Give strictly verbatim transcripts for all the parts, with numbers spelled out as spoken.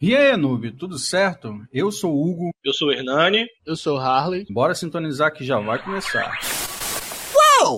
E aí, noob, tudo certo? Eu sou o Hugo. Eu sou o Hernani. Eu sou o Harley. Bora sintonizar que já vai começar. Uou!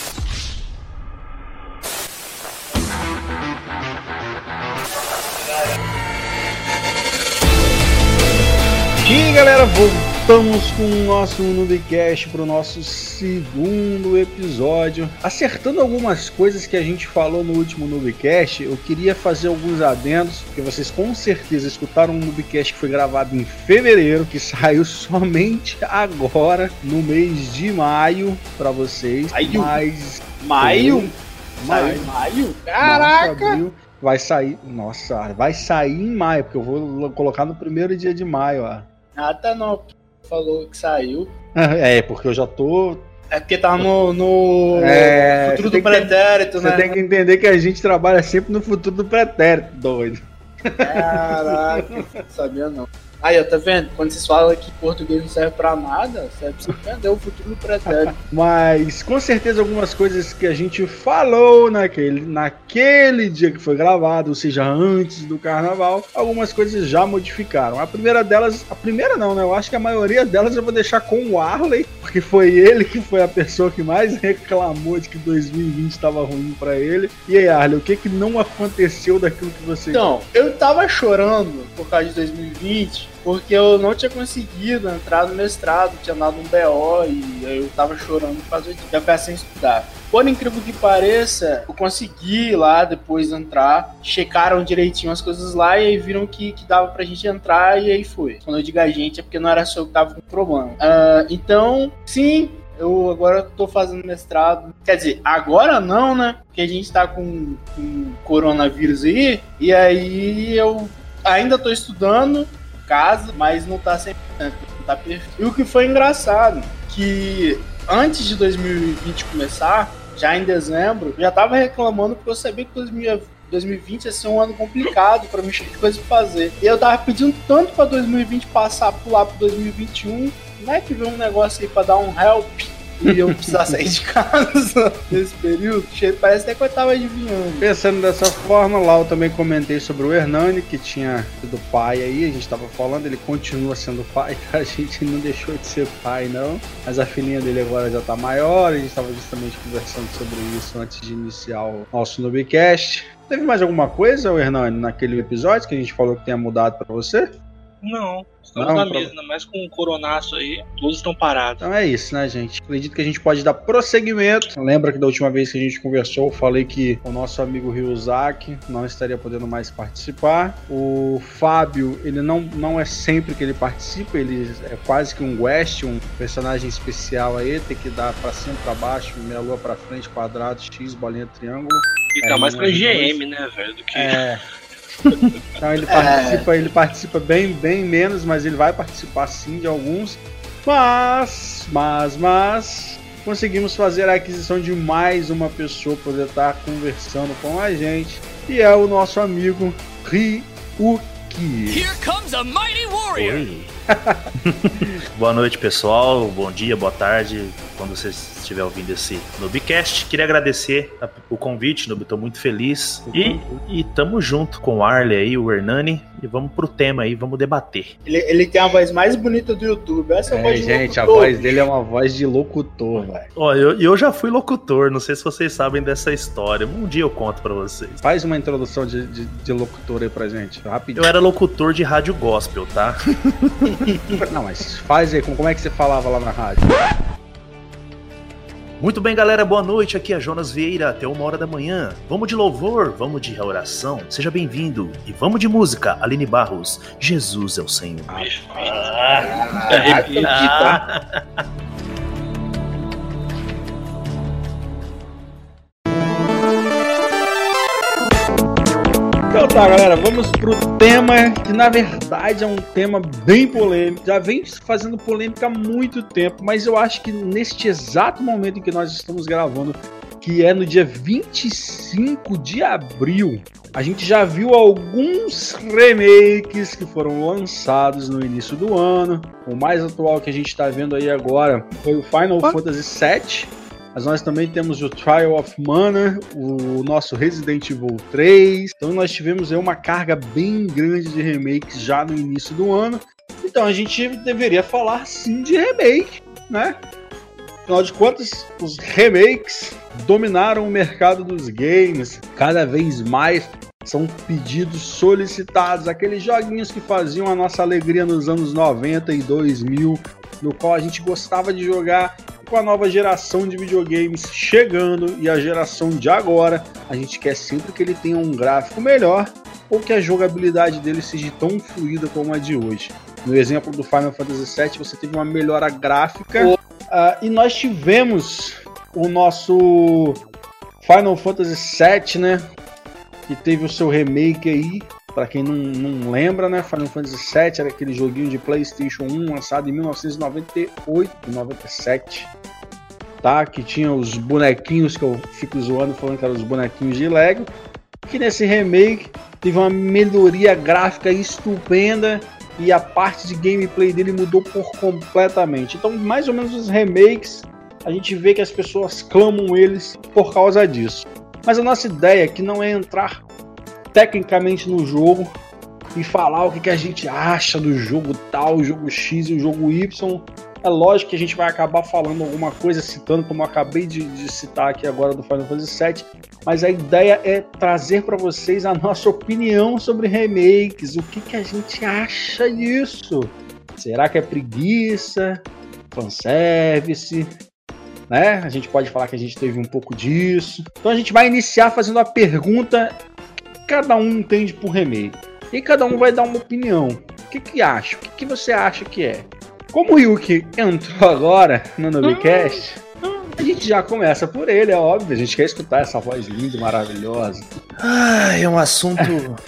E aí, galera, voltamos com o nosso Noobcast para o nosso segundo episódio. Acertando algumas coisas que a gente falou no último Noobcast, eu queria fazer alguns adendos, porque vocês com certeza escutaram um Noobcast que foi gravado em fevereiro, que saiu somente agora, no mês de maio, para vocês. Maio? Mas... Maio? Maio? Maio? Caraca! Nossa, abril. Vai sair, nossa, vai sair em maio, porque eu vou colocar no primeiro dia de maio, ó. Ah, tá não, falou que saiu. É, porque eu já tô... É porque tá no, no é, futuro do pretérito, né? Você tem que entender que a gente trabalha sempre no futuro do pretérito, doido. Caraca, não sabia não. Aí, ó, tá vendo? Quando vocês falam que português não serve pra nada, serve pra você entender o futuro do pretérito. Mas, com certeza, algumas coisas que a gente falou naquele, naquele dia que foi gravado, ou seja, antes do carnaval, algumas coisas já modificaram. A primeira delas, a primeira não, né? Eu acho que a maioria delas eu vou deixar com o Arley, porque foi ele que foi a pessoa que mais reclamou de que dois mil e vinte estava ruim pra ele. E aí, Arley, o que que não aconteceu daquilo que você... Então, eu tava chorando por causa de dois mil e vinte... porque eu não tinha conseguido entrar no mestrado, tinha dado um B O e eu tava chorando por causa disso, já ficar sem estudar. Por incrível que pareça, eu consegui lá depois entrar, checaram direitinho as coisas lá e aí viram que, que dava pra gente entrar e aí foi. Quando eu digo a gente é porque não era só eu que tava com problema. Uh, então, sim, eu agora tô fazendo mestrado. Quer dizer, agora não, né? Porque a gente tá com, com coronavírus aí, e aí eu ainda tô estudando casa, mas não tá cem por cento, não tá perfeito. E o que foi engraçado, que antes de dois mil e vinte começar, já em dezembro, eu já tava reclamando porque eu sabia que dois mil e vinte ia ser um ano complicado pra mim, cheio de coisa pra fazer. E eu tava pedindo tanto pra dois mil e vinte passar, pular pro dois mil e vinte e um, não é que veio um negócio aí pra dar um help e eu precisar sair de casa nesse período, parece até que eu tava adivinhando. Pensando dessa forma, lá eu também comentei sobre o Hernani, que tinha sido pai aí, a gente tava falando, ele continua sendo pai, tá? A gente não deixou de ser pai não, mas a filhinha dele agora já tá maior, a gente tava justamente conversando sobre isso antes de iniciar o nosso Noobcast. Teve mais alguma coisa, Hernani, naquele episódio que a gente falou que tenha mudado pra você? Não, estamos Não, na pra... mesma, mas com o coronaço aí, todos estão parados. Então é isso, né, gente? Acredito que a gente pode dar prosseguimento. Lembra que da última vez que a gente conversou, eu falei que o nosso amigo Ryuzaki não estaria podendo mais participar. O Fábio, ele não, não é sempre que ele participa, ele é quase que um guest, um personagem especial aí, tem que dar pra cima, pra baixo, meia lua pra frente, quadrado, X, bolinha, triângulo. E tá é, mais pra G M, né, velho, do que... É... Então ele participa, é. ele participa bem, bem menos, mas ele vai participar sim de alguns. Mas, mas, mas conseguimos fazer a aquisição de mais uma pessoa poder estar conversando com a gente. E é o nosso amigo Ryuki. Here comes a mighty warrior. Boa noite, pessoal. Bom dia, boa tarde, quando você estiver ouvindo esse Noobcast. Queria agradecer o convite, Noob, tô muito feliz. E, e tamo junto com o Arley aí, o Hernani, e vamos pro tema aí, vamos debater. Ele, ele tem a voz mais bonita do YouTube, essa é a voz de gente, locutor. A voz dele é uma voz de locutor, velho. Ó, eu, eu já fui locutor, não sei se vocês sabem dessa história. Um dia eu conto pra vocês. Faz uma introdução de, de, de locutor aí pra gente, rapidinho. Eu era locutor de rádio gospel, tá? Não, mas faz aí, como é que você falava lá na rádio? Muito bem, galera, boa noite, aqui é Jonas Vieira, até uma hora da manhã. Vamos de louvor, vamos de oração, seja bem-vindo. E vamos de música, Aline Barros, Jesus é o Senhor. Ah, ah, ah, ah. Então tá, galera, vamos pro tema que na verdade é um tema bem polêmico, já vem fazendo polêmica há muito tempo, mas eu acho que neste exato momento em que nós estamos gravando, que é no dia vinte e cinco de abril, a gente já viu alguns remakes que foram lançados no início do ano. O mais atual que a gente está vendo aí agora foi o Final Fantasy sete, Mas nós também temos o Trial of Mana, o nosso Resident Evil três. Então nós tivemos aí uma carga bem grande de remakes já no início do ano. Então a gente deveria falar sim de remake, né? Afinal de contas, os remakes dominaram o mercado dos games. Cada vez mais são pedidos solicitados. Aqueles joguinhos que faziam a nossa alegria nos anos noventa e dois mil, no qual a gente gostava de jogar. Com a nova geração de videogames chegando e a geração de agora, a gente quer sempre que ele tenha um gráfico melhor ou que a jogabilidade dele seja tão fluida como a de hoje. No exemplo do Final Fantasy sete, você teve uma melhora gráfica uh, e nós tivemos o nosso Final Fantasy sete, né, que teve o seu remake aí. Pra quem não, não lembra, né, Final Fantasy sete era aquele joguinho de PlayStation um lançado em mil novecentos e noventa e oito, noventa e sete, tá? Que tinha os bonequinhos que eu fico zoando falando que eram os bonequinhos de Lego. Que nesse remake teve uma melhoria gráfica estupenda e a parte de gameplay dele mudou por completamente. Então, mais ou menos os remakes, a gente vê que as pessoas clamam eles por causa disso. Mas a nossa ideia aqui não é entrar tecnicamente no jogo e falar o que, que a gente acha do jogo tal, o jogo X e o jogo Y. É lógico que a gente vai acabar falando alguma coisa, citando, como eu acabei de, de citar aqui agora do Final Fantasy sete, mas a ideia é trazer para vocês a nossa opinião sobre remakes, o que, que a gente acha disso. Será que é preguiça, fanservice, né? A gente pode falar que a gente teve um pouco disso. Então a gente vai iniciar fazendo a pergunta: cada um entende por remake. E cada um vai dar uma opinião. O que que acha? O que que você acha que é? Como o Ryuki entrou agora no Nubcast, a gente já começa por ele, é óbvio. A gente quer escutar essa voz linda e maravilhosa. Ah, é um assunto...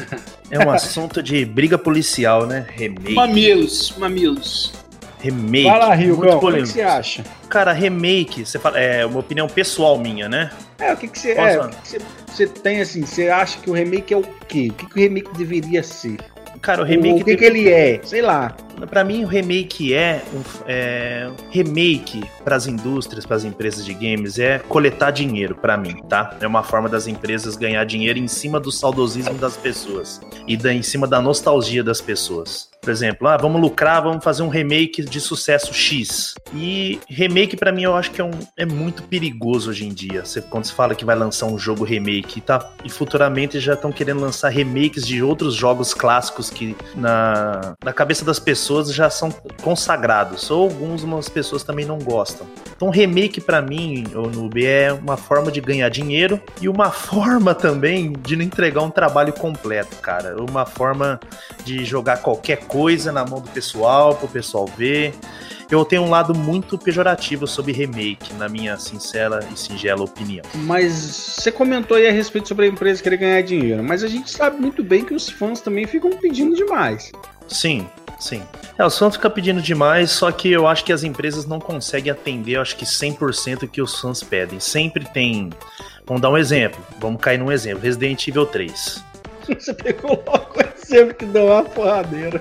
é um assunto de briga policial, né? Remake. Mamilos, mamilos. Remake. Fala, Ryugão, o que, que você acha? Cara, remake, você fala, é uma opinião pessoal minha, né? É, o que, que, você, é, o que, que você, você tem assim? Você acha que o remake é o quê? O que, que o remake deveria ser? Cara, o remake... O que, que ele é? Sei lá. Pra mim, o remake é... Um, é remake pras indústrias, pras empresas de games, é coletar dinheiro, pra mim, tá? É uma forma das empresas ganhar dinheiro em cima do saudosismo das pessoas. E da, em cima da nostalgia das pessoas. Por exemplo, ah, vamos lucrar, vamos fazer um remake de sucesso X. E remake, pra mim, eu acho que é, um, é muito perigoso hoje em dia. Você, quando se fala que vai lançar um jogo remake, tá? E futuramente já estão querendo lançar remakes de outros jogos clássicos que na, na cabeça das pessoas já são consagrados. Ou algumas pessoas também não gostam. Então, remake, pra mim, o Noob, é uma forma de ganhar dinheiro e uma forma também de não entregar um trabalho completo, cara. Uma forma de jogar qualquer coisa na mão do pessoal, pro pessoal ver. Eu tenho um lado muito pejorativo sobre remake, na minha sincera e singela opinião. Mas você comentou aí a respeito sobre a empresa querer ganhar dinheiro, mas a gente sabe muito bem que os fãs também ficam pedindo demais. Sim, sim. É, os fãs ficam pedindo demais, só que eu acho que as empresas não conseguem atender, eu acho que cem por cento que os fãs pedem. Sempre tem... Vamos dar um exemplo, vamos cair num exemplo, Resident Evil três. Você pegou logo o exemplo que deu uma porradeira.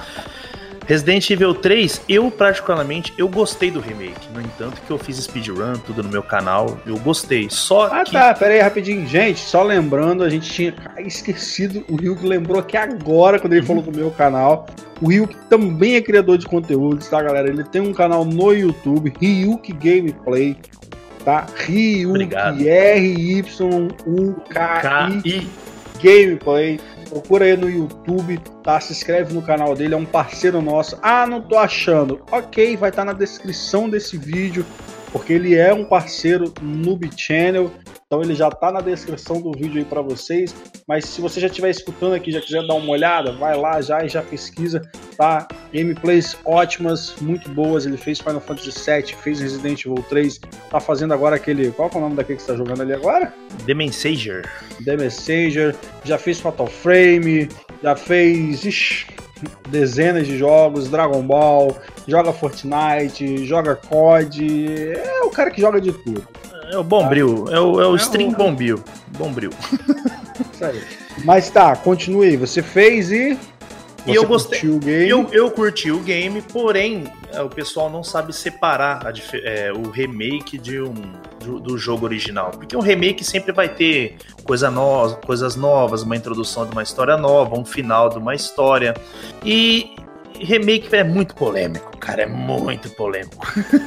Resident Evil três, eu particularmente, eu gostei do remake. No entanto que eu fiz speedrun, tudo no meu canal, eu gostei. Só ah, que... tá, pera aí rapidinho. Gente, só lembrando, a gente tinha esquecido, o Ryuk lembrou aqui agora, quando ele falou do meu canal. O Ryuk também é criador de conteúdos, tá, galera? Ele tem um canal no YouTube, Ryuk Gameplay, tá? Ryuk, R Y U K I Gameplay. Procura aí no YouTube, tá? Se inscreve no canal dele, é um parceiro nosso. Ah, não tô achando. Ok, vai estar na descrição desse vídeo, porque ele é um parceiro Noob Channel. Então ele já tá na descrição do vídeo aí pra vocês. Mas se você já estiver escutando aqui, já quiser dar uma olhada, vai lá já e já pesquisa, tá? Gameplays ótimas, muito boas. Ele fez Final Fantasy sete, fez Resident Evil três, tá fazendo agora aquele... Qual é o nome daquele que você tá jogando ali agora? The Messenger. The Messenger. Já fez Fatal Frame, já fez... Ixi, dezenas de jogos, Dragon Ball, joga Fortnite, joga C O D. É o cara que joga de tudo. É o Bombril, tá? é o, é o é stream o... Bombril. Bombril. Isso aí. Mas tá, continue aí. Você fez e... E eu gostei. O game. Eu, eu curti o game, porém, é, o pessoal não sabe separar a, é, o remake de um, do, do jogo original. Porque um remake sempre vai ter coisa no, coisas novas, uma introdução de uma história nova, um final de uma história. E remake é muito polêmico, cara, é muito polêmico.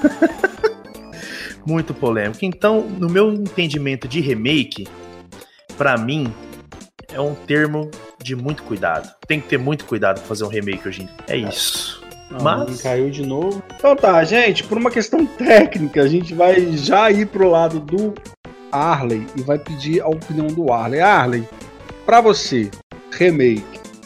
Muito polêmico. Então, no meu entendimento de remake, pra mim, é um termo de muito cuidado. Tem que ter muito cuidado pra fazer um remake hoje em dia. É isso. Não, mas caiu de novo. Então tá, gente, por uma questão técnica, a gente vai já ir pro lado do Arley e vai pedir a opinião do Arley. Arley, pra você, remake.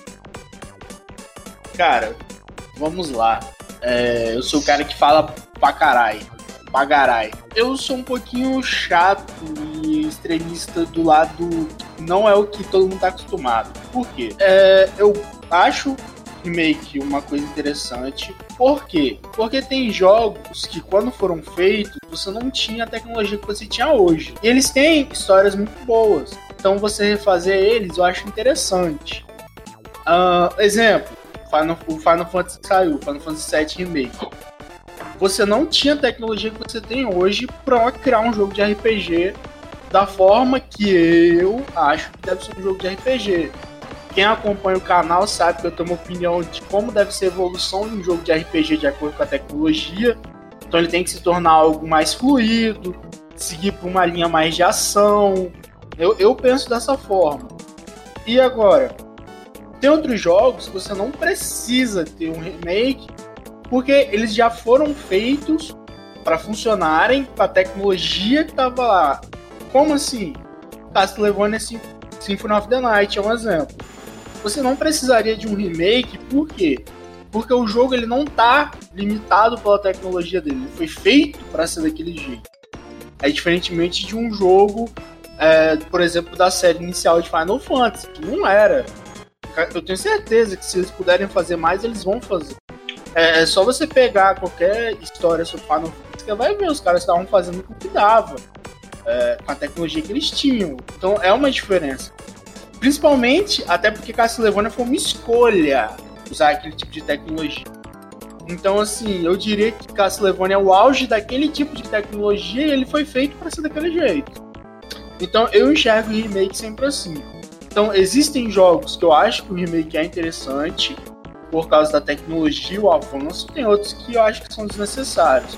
Cara, vamos lá. É, eu sou o cara que fala pra caralho. Pagarai. Eu sou um pouquinho chato e extremista do lado que não é o que todo mundo tá acostumado. Por quê? É, eu acho remake uma coisa interessante. Por quê? Porque tem jogos que quando foram feitos, você não tinha a tecnologia que você tinha hoje. E eles têm histórias muito boas. Então você refazer eles eu acho interessante. Uh, exemplo, Final, o Final Fantasy saiu, Final Fantasy sete Remake. Você não tinha a tecnologia que você tem hoje para criar um jogo de R P G da forma que eu acho que deve ser um jogo de R P G. Quem acompanha o canal sabe que eu tenho uma opinião de como deve ser a evolução de um jogo de R P G de acordo com a tecnologia. Então ele tem que se tornar algo mais fluido, seguir por uma linha mais de ação. Eu, eu penso dessa forma. E agora, tem outros jogos que você não precisa ter um remake, porque eles já foram feitos para funcionarem com a tecnologia que estava lá. Como assim? Castlevania Symphony of the Night é um exemplo. Você não precisaria de um remake, por quê? Porque o jogo ele não está limitado pela tecnologia dele. Ele foi feito para ser daquele jeito. É diferentemente de um jogo, é, por exemplo, da série inicial de Final Fantasy, que não era. Eu tenho certeza que se eles puderem fazer mais, eles vão fazer. É só você pegar qualquer história sobre Final Fantasy, você vai ver, os caras estavam fazendo o que dava, é, com a tecnologia que eles tinham. Então é uma diferença. Principalmente, até porque Castlevania foi uma escolha usar aquele tipo de tecnologia. Então, assim, eu diria que Castlevania é o auge daquele tipo de tecnologia e ele foi feito para ser daquele jeito. Então eu enxergo o remake sempre assim. Então existem jogos que eu acho que o remake é interessante por causa da tecnologia, o avanço, tem outros que eu acho que são desnecessários.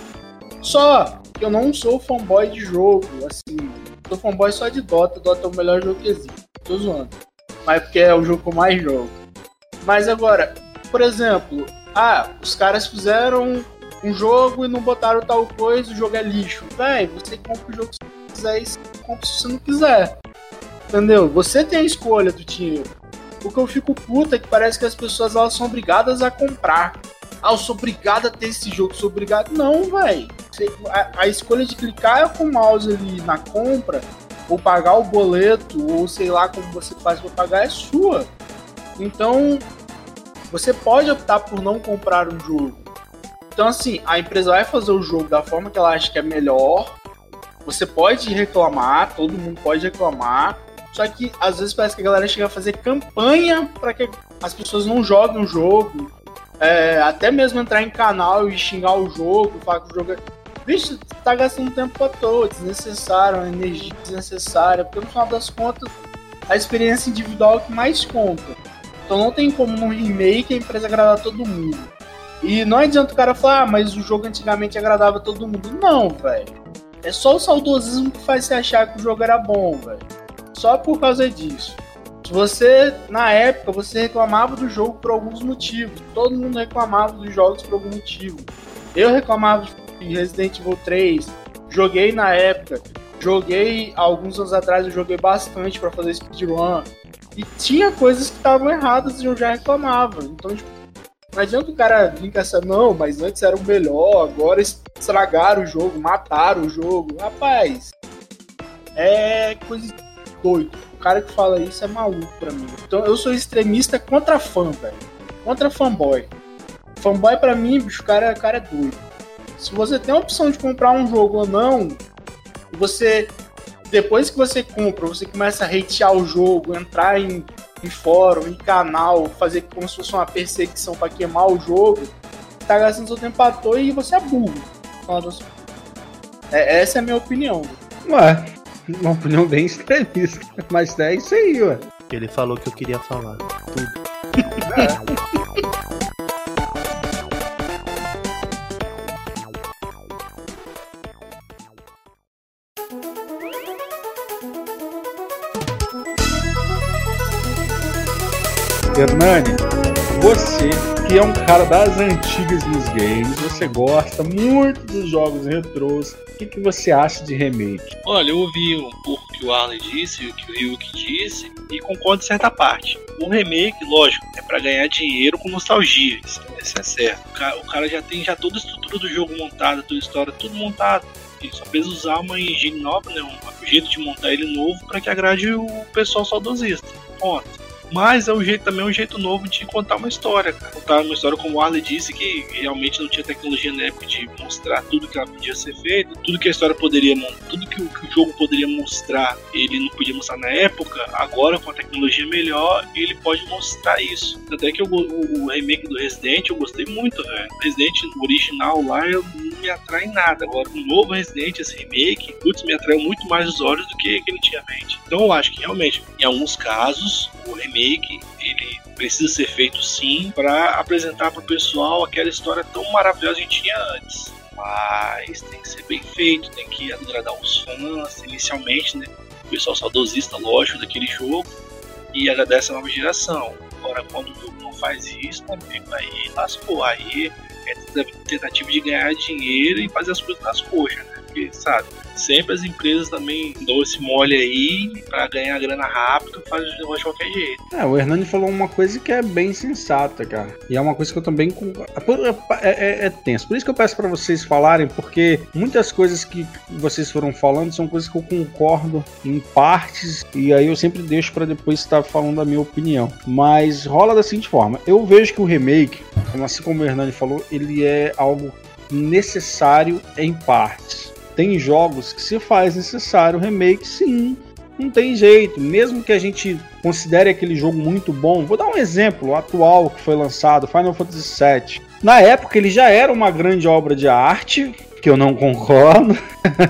Só que eu não sou fanboy de jogo, assim, sou fanboy só de Dota, Dota é o melhor jogo que existe, tô zoando, mas porque é o jogo que eu mais jogo. Mas agora, por exemplo, ah, os caras fizeram um jogo e não botaram tal coisa, o jogo é lixo. Véi, você compra o jogo se você quiser e você compra se você não quiser, entendeu? Você tem a escolha do dinheiro. O que eu fico puta é que parece que as pessoas elas são obrigadas a comprar. Ah, eu sou obrigado a ter esse jogo, sou obrigado. Não, velho. A, a escolha de clicar com o mouse ali na compra, ou pagar o boleto, ou sei lá como você faz para pagar, é sua. Então, você pode optar por não comprar um jogo. Então, assim, a empresa vai fazer o jogo da forma que ela acha que é melhor. Você pode reclamar, todo mundo pode reclamar. Só que às vezes parece que a galera chega a fazer campanha para que as pessoas não joguem o jogo. É, até mesmo entrar em canal e xingar o jogo, falar que o jogo é... Vixe, tá gastando tempo à toa, desnecessário, uma energia desnecessária, porque no final das contas a experiência individual é o que mais conta. Então não tem como no remake a empresa agradar todo mundo. E não adianta o cara falar, ah, mas o jogo antigamente agradava todo mundo. Não, velho. É só o saudosismo que faz você achar que o jogo era bom, velho. Só por causa disso. Se você, na época, você reclamava do jogo por alguns motivos. Todo mundo reclamava dos jogos por algum motivo. Eu reclamava de Resident Evil três. Joguei na época. Joguei, alguns anos atrás, eu joguei bastante pra fazer speedrun. E tinha coisas que estavam erradas e eu já reclamava. Então, tipo, não adianta o cara vir com essa, não, mas antes era o melhor, agora estragaram o jogo, mataram o jogo. Rapaz, é coisa doido. O cara que fala isso é maluco pra mim. Então eu sou extremista contra fã, velho. Contra fanboy. Fanboy pra mim, bicho, o cara, o cara é doido. Se você tem a opção de comprar um jogo ou não, você, depois que você compra, você começa a hatear o jogo, entrar em em fórum, em canal, fazer como se fosse uma perseguição pra queimar o jogo, tá gastando seu tempo à toa e você é burro. É, essa é a minha opinião. Ué, uma opinião bem extremista. Mas é isso aí, ué. Ele falou que eu queria falar tudo. É. Hernani, você que é um cara das antigas nos games, você gosta muito dos jogos retrôs, o que, que você acha de remake? Olha, eu ouvi um pouco o que o Arlen disse, o que o Ryuk disse, e concordo em certa parte. O remake, lógico, é pra ganhar dinheiro com nostalgia, isso, isso é certo. O cara, o cara já tem já toda a estrutura do jogo montada, toda a história, tudo montado. Ele só precisa usar uma engine nova, né, um jeito de montar ele novo para que agrade o pessoal saudosista. Ponto. Mas é um jeito, também é um jeito novo de contar uma história, cara. Contar uma história, como o Arley disse, que realmente não tinha tecnologia na época de mostrar tudo que ela podia ser feito, tudo que a história poderia, tudo que o, que o jogo poderia mostrar, ele não podia mostrar na época. Agora, com a tecnologia melhor, ele pode mostrar isso. Até que eu, o, o remake do Resident eu gostei muito, velho. O Resident original lá, eu não me atrai em nada. Agora, o novo Resident, esse remake, putz, me atraiu muito mais os olhos do que aquele antigamente. Então eu acho que realmente, em alguns casos, o remake ele precisa ser feito sim para apresentar para o pessoal aquela história tão maravilhosa que a gente tinha antes, mas tem que ser bem feito, tem que agradar os fãs inicialmente, né, o pessoal saudosista, lógico, daquele jogo, e agradar essa nova geração. Agora, quando o jogo não faz isso, amigo, aí lascou, aí é tentativa de ganhar dinheiro e fazer as coisas nas coxas, né? Porque, sabe, sempre as empresas também dão esse mole aí pra ganhar grana rápido, faz o negócio de qualquer jeito. É, o Hernani falou uma coisa que é bem sensata, cara. E é uma coisa que eu também concordo. É, é, é tenso. Por isso que eu peço pra vocês falarem, porque muitas coisas que vocês foram falando são coisas que eu concordo em partes, e aí eu sempre deixo pra depois estar falando a minha opinião. Mas rola da seguinte forma: eu vejo que o remake, assim como o Hernani falou, ele é algo necessário em partes. Tem jogos que se faz necessário remake, sim, não tem jeito, mesmo que a gente considere aquele jogo muito bom. Vou dar um exemplo atual que foi lançado, Final Fantasy sete. Na época ele já era uma grande obra de arte, que eu não concordo.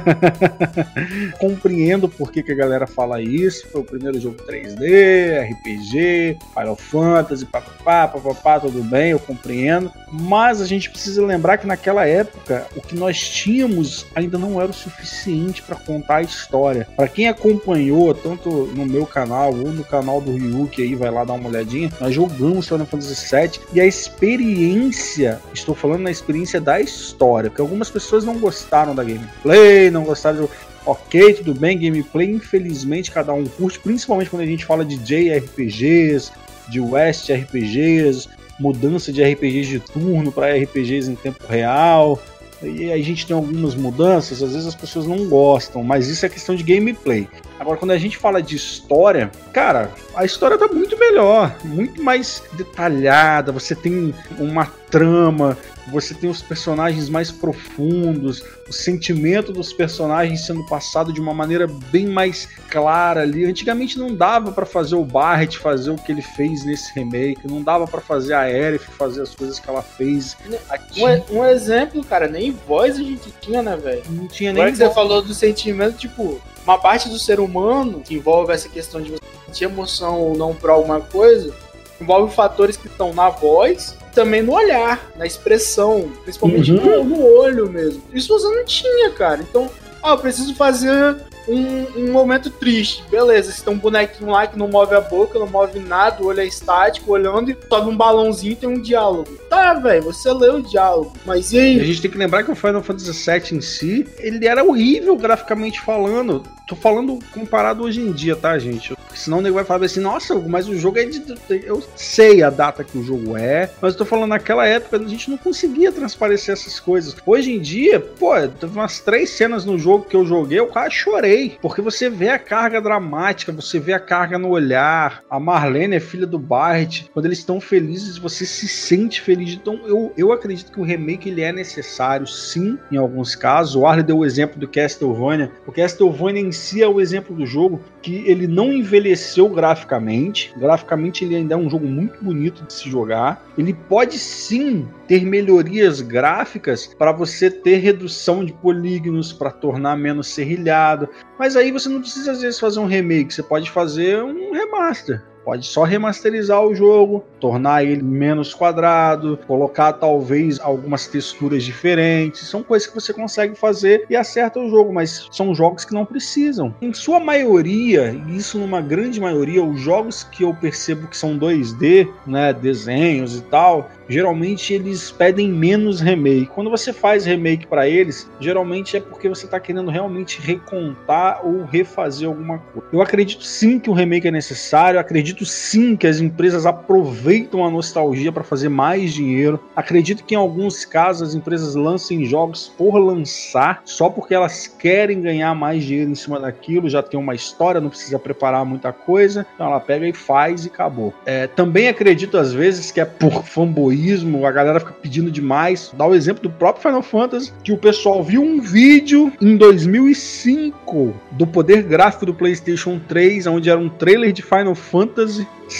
Compreendo por que, que a galera fala isso. Foi o primeiro jogo três D, R P G, Final Fantasy, papapá, papapá, tudo bem, eu compreendo. Mas a gente precisa lembrar que naquela época o que nós tínhamos ainda não era o suficiente para contar a história. Para quem acompanhou, tanto no meu canal ou no canal do Ryuk, aí vai lá dar uma olhadinha, nós jogamos Final Fantasy sete e a experiência, estou falando na experiência da história, porque algumas pessoas não gostaram da gameplay, não gostaram do... Ok, tudo bem, gameplay, infelizmente cada um curte, principalmente quando a gente fala de J R P Gs, de West R P Gs, mudança de R P Gs de turno para R P Gs em tempo real, e aí a gente tem algumas mudanças, às vezes as pessoas não gostam, mas isso é questão de gameplay. Agora, quando a gente fala de história, cara, a história tá muito melhor, muito mais detalhada, você tem uma trama, você tem os personagens mais profundos, o sentimento dos personagens sendo passado de uma maneira bem mais clara ali. Antigamente não dava pra fazer o Barret fazer o que ele fez nesse remake, não dava pra fazer a Aerith fazer as coisas que ela fez aqui. Um, um exemplo, cara, nem voz a gente tinha, né, velho? Não tinha nem Agora que você falou do sentimento, tipo, uma parte do ser humano que envolve essa questão de você sentir emoção ou não por alguma coisa, envolve fatores que estão na voz, também no olhar, na expressão, principalmente uhum. no, no olho mesmo. Isso você não tinha, cara. Então, ah, eu preciso fazer um, um momento triste. Beleza, você tem um bonequinho lá que não move a boca, não move nada, o olho é estático, olhando e sobe um balãozinho e tem um diálogo. Tá, velho, você leu o diálogo, mas e aí? A gente tem que lembrar que o Final Fantasy sete em si, ele era horrível graficamente falando. Tô falando comparado hoje em dia, tá, gente? Porque senão o nego vai falar assim, nossa, mas o jogo é de... Eu sei a data que o jogo é, mas eu tô falando naquela época, a gente não conseguia transparecer essas coisas. Hoje em dia, pô, teve umas três cenas no jogo que eu joguei, eu quase chorei, porque você vê a carga dramática, você vê a carga no olhar. A Marlene é filha do Barret, quando eles estão felizes, você se sente feliz. Então eu, eu acredito que o remake ele é necessário, sim, em alguns casos. O Arley deu o exemplo do Castlevania. O Castlevania em si é o exemplo do jogo que ele não envelheceu envelheceu graficamente. Graficamente ele ainda é um jogo muito bonito de se jogar. Ele pode sim ter melhorias gráficas para você ter redução de polígonos, para tornar menos serrilhado. Mas aí você não precisa às vezes fazer um remake, você pode fazer um remaster. Pode só remasterizar o jogo, tornar ele menos quadrado, colocar talvez algumas texturas diferentes. São coisas que você consegue fazer e acerta o jogo, mas são jogos que não precisam. Em sua maioria, e isso numa grande maioria, os jogos que eu percebo que são dois D, né, desenhos e tal, geralmente eles pedem menos remake. Quando você faz remake para eles, geralmente é porque você está querendo realmente recontar ou refazer alguma coisa. Eu acredito sim que o remake é necessário, acredito sim que as empresas aproveitam a nostalgia para fazer mais dinheiro. Acredito que em alguns casos as empresas lancem jogos por lançar, só porque elas querem ganhar mais dinheiro em cima daquilo, já tem uma história, não precisa preparar muita coisa, então ela pega e faz e acabou. É, também acredito às vezes que é por fanboyismo, a galera fica pedindo demais. Dá o exemplo do próprio Final Fantasy, que o pessoal viu um vídeo em dois mil e cinco do poder gráfico do PlayStation três, onde era um trailer de Final Fantasy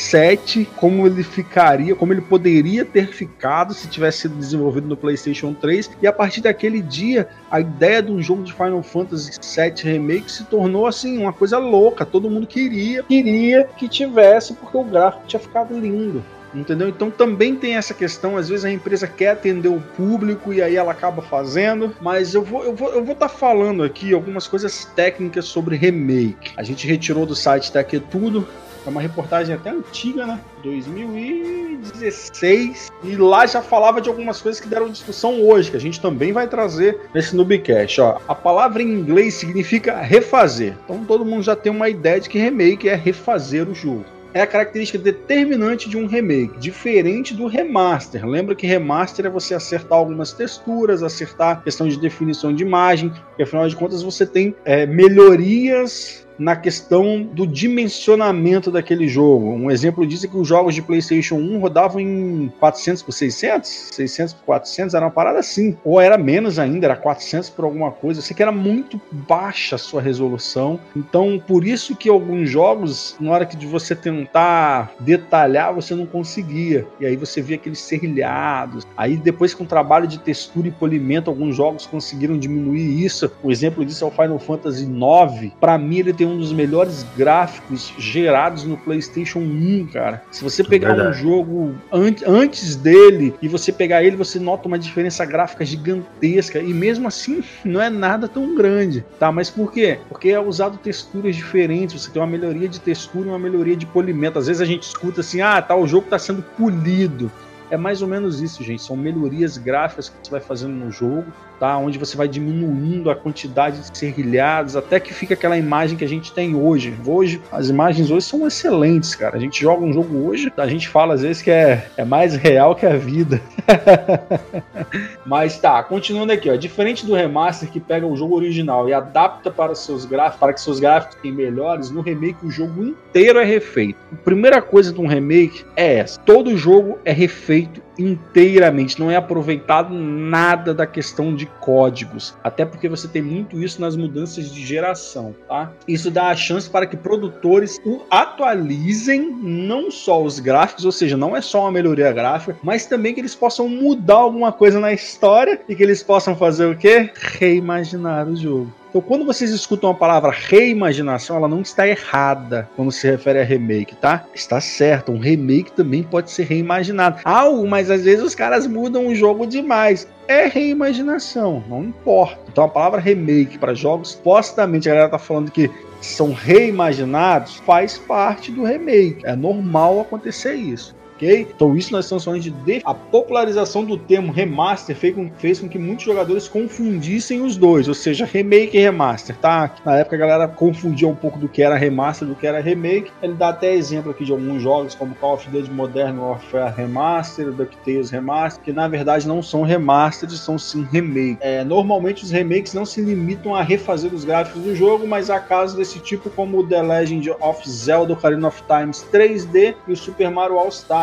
sete, como ele ficaria, como ele poderia ter ficado se tivesse sido desenvolvido no PlayStation três, e a partir daquele dia a ideia de um jogo de Final Fantasy sete Remake se tornou assim uma coisa louca. Todo mundo queria, queria que tivesse, porque o gráfico tinha ficado lindo. Entendeu? Então também tem essa questão, às vezes a empresa quer atender o público e aí ela acaba fazendo, mas eu vou eu vou eu vou estar tá falando aqui algumas coisas técnicas sobre remake. A gente retirou do site Tech Tudo, é uma reportagem até antiga, né? dois mil e dezesseis, e lá já falava de algumas coisas que deram discussão hoje, que a gente também vai trazer nesse Noobcast. Ó, a palavra em inglês significa refazer, então todo mundo já tem uma ideia de que remake é refazer o jogo. É a característica determinante de um remake, diferente do remaster. Lembra que remaster é você acertar algumas texturas, acertar a questão de definição de imagem, porque afinal de contas você tem é, melhorias na questão do dimensionamento daquele jogo. Um exemplo disso é que os jogos de PlayStation um rodavam em quatrocentos por seiscentos, seiscentos por quatrocentos, era uma parada assim, ou era menos ainda, era quatrocentos por alguma coisa. Eu sei que era muito baixa a sua resolução, então por isso que alguns jogos, na hora que de você tentar detalhar, você não conseguia, e aí você via aqueles serrilhados. Aí depois, com o trabalho de textura e polimento, alguns jogos conseguiram diminuir isso. O exemplo disso é o Final Fantasy nove. Para mim ele tem um dos melhores gráficos gerados no PlayStation um, cara. Se você pegar Verdade. um jogo an- antes dele e você pegar ele, você nota uma diferença gráfica gigantesca, e mesmo assim não é nada tão grande, tá? Mas por quê? Porque é usado texturas diferentes, você tem uma melhoria de textura e uma melhoria de polimento. Às vezes a gente escuta assim, ah, tá, o jogo tá sendo polido. É mais ou menos isso, gente. São melhorias gráficas que você vai fazendo no jogo, tá? Onde você vai diminuindo a quantidade de serrilhados, até que fica aquela imagem que a gente tem hoje. Hoje, as imagens hoje são excelentes, cara. A gente joga um jogo hoje, a gente fala às vezes que é, é mais real que a vida. Mas tá, continuando aqui, ó. Diferente do remaster que pega o jogo original e adapta para os seus gráficos, para que seus gráficos fiquem melhores, no remake o jogo inteiro é refeito. A primeira coisa de um remake é essa: todo jogo é refeito inteiramente, não é aproveitado nada da questão de códigos, até porque você tem muito isso nas mudanças de geração, tá? Isso dá a chance para que produtores atualizem não só os gráficos, ou seja, não é só uma melhoria gráfica, mas também que eles possam mudar alguma coisa na história e que eles possam fazer o quê? Reimaginar o jogo. Então, quando vocês escutam a palavra reimaginação, ela não está errada quando se refere a remake, tá? Está certo, um remake também pode ser reimaginado. Ah, mas às vezes os caras mudam o jogo demais. É reimaginação, não importa. Então, a palavra remake para jogos, supostamente a galera tá falando que são reimaginados, faz parte do remake. É normal acontecer isso. Okay? Então isso nós estamos falando de, de... A popularização do termo remaster fez com, fez com que muitos jogadores confundissem os dois, ou seja, remake e remaster, tá? Na época a galera confundia um pouco do que era remaster, do que era remake. Ele dá até exemplo aqui de alguns jogos como Call of Duty Modern Warfare Remaster, DuckTales Remaster, que na verdade não são remasters, são sim remake. É, normalmente os remakes não se limitam a refazer os gráficos do jogo, mas há casos desse tipo como o The Legend of Zelda Ocarina of Time três D e o Super Mario All Star.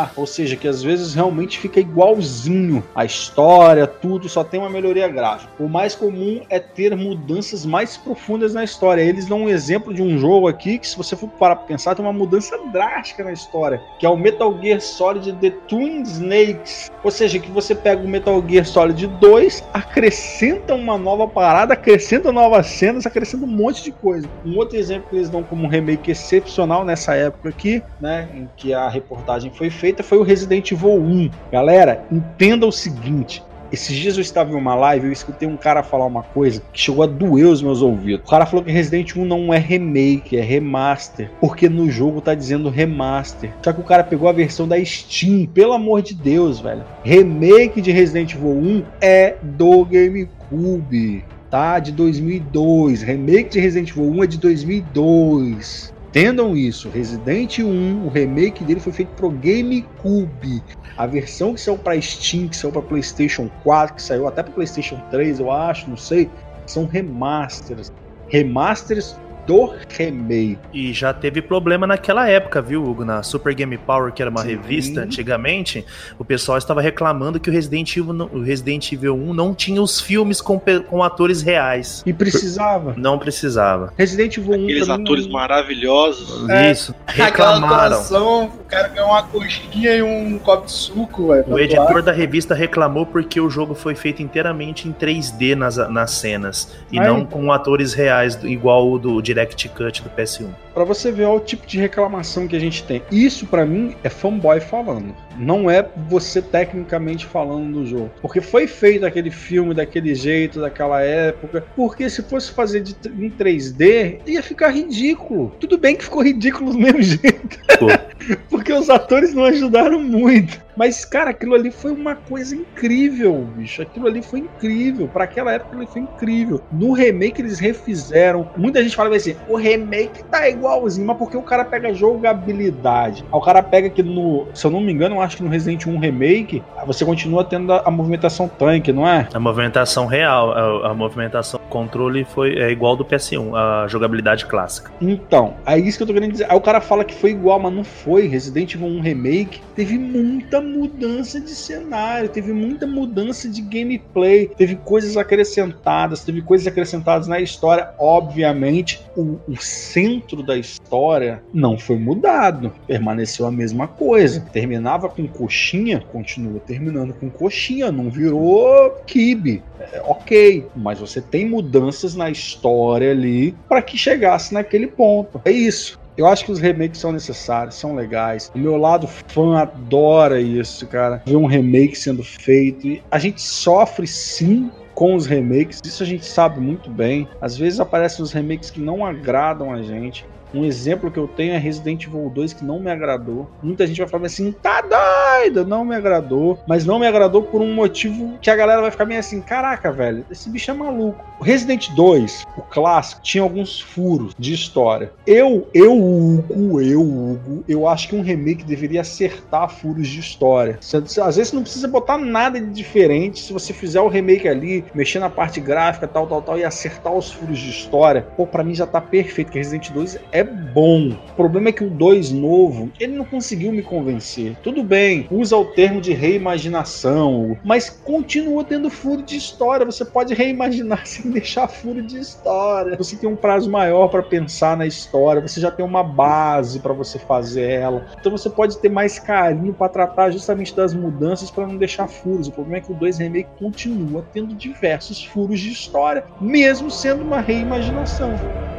linear, ou seja, que às vezes realmente fica igualzinho a história, tudo, só tem uma melhoria gráfica. O mais comum é ter mudanças mais profundas na história. Eles dão um exemplo de um jogo aqui que, se você for parar pra pensar, tem uma mudança drástica na história, que é o Metal Gear Solid The Twin Snakes, ou seja, que você pega o Metal Gear Solid dois, acrescenta uma nova parada, acrescenta novas cenas, acrescenta um monte de coisa. Um outro exemplo que eles dão como um remake excepcional nessa época aqui, né, em que a reportagem foi feita, foi o Resident Evil um. Galera, entenda o seguinte: esses dias eu estava em uma live e eu escutei um cara falar uma coisa que chegou a doer os meus ouvidos. O cara falou que Resident Evil não é remake, é remaster, porque no jogo tá dizendo remaster. Só que o cara pegou a versão da Steam, pelo amor de Deus, velho. Remake de Resident Evil um é do GameCube, tá? De dois mil e dois. Remake de Resident Evil um é de dois mil e dois. Entendam isso, Resident um, o remake dele foi feito pro GameCube. A versão que saiu pra Steam, que saiu pra PlayStation quatro, que saiu até pra PlayStation três, eu acho, não sei, são remasters. Remasters do remake. E já teve problema naquela época, viu, Hugo? Na Super Game Power, que era uma Sim. revista antigamente, o pessoal estava reclamando que o Resident Evil, o Resident Evil um não tinha os filmes com, com atores reais. E precisava. Não precisava. Resident Evil um... Aqueles atores não... maravilhosos. É, Isso. Reclamaram. Atuação, o cara ganhou uma coxinha e um copo de suco, velho. O editor atuar. da revista reclamou porque o jogo foi feito inteiramente em três D nas, nas cenas. E Ai. não com atores reais, igual o do Direct Cut do P S um. Pra você ver ó, o tipo de reclamação que a gente tem. Isso pra mim é fanboy falando. Não é você tecnicamente falando do jogo. Porque foi feito aquele filme daquele jeito, daquela época. Porque se fosse fazer de, em três D, ia ficar ridículo. Tudo bem que ficou ridículo do mesmo jeito. Porque os atores não ajudaram muito. Mas, cara, aquilo ali foi uma coisa incrível, bicho. Aquilo ali foi incrível. Pra aquela época, aquilo ali foi incrível. No remake, eles refizeram. Muita gente fala assim, o remake tá igualzinho, mas porque o cara pega jogabilidade. O cara pega que no... Se eu não me engano, eu acho que no Resident Evil Remake, você continua tendo a, a movimentação tanque, não é? A movimentação real. A, a movimentação controle foi, é igual do P S um. A jogabilidade clássica. Então, é isso que eu tô querendo dizer. Aí o cara fala que foi igual, mas não foi. Resident Evil um Remake teve muita mudança de cenário, teve muita mudança de gameplay, teve coisas acrescentadas, teve coisas acrescentadas na história. Obviamente, o, o centro da história não foi mudado, permaneceu a mesma coisa. Terminava com coxinha, continua terminando com coxinha, não virou kibe. É, ok, mas você tem mudanças na história ali para que chegasse naquele ponto. É isso. Eu acho que os remakes são necessários, são legais. O meu lado fã adora isso, cara. Ver um remake sendo feito. E a gente sofre sim com os remakes, isso a gente sabe muito bem. Às vezes aparecem os remakes que não agradam a gente. Um exemplo que eu tenho é Resident Evil dois, que não me agradou. Muita gente vai falar assim, tá doido, não me agradou. Mas não me agradou por um motivo que a galera vai ficar meio assim, caraca, velho, esse bicho é maluco. O Resident dois, o clássico, tinha alguns furos de história. Eu, eu, Hugo, eu, Hugo, eu acho que um remake deveria acertar furos de história. Às vezes não precisa botar nada de diferente. Se você fizer o remake ali, mexer na parte gráfica, tal, tal, tal, e acertar os furos de história, pô, pra mim já tá perfeito, que Resident dois é bom. O problema é que o dois novo, ele não conseguiu me convencer. Tudo bem, usa o termo de reimaginação, mas continua tendo furo de história. Você pode reimaginar sem deixar furo de história. Você tem um prazo maior para pensar na história, você já tem uma base para você fazer ela. Então você pode ter mais carinho para tratar justamente das mudanças para não deixar furos. O problema é que o dois Remake continua tendo diversos furos de história, mesmo sendo uma reimaginação.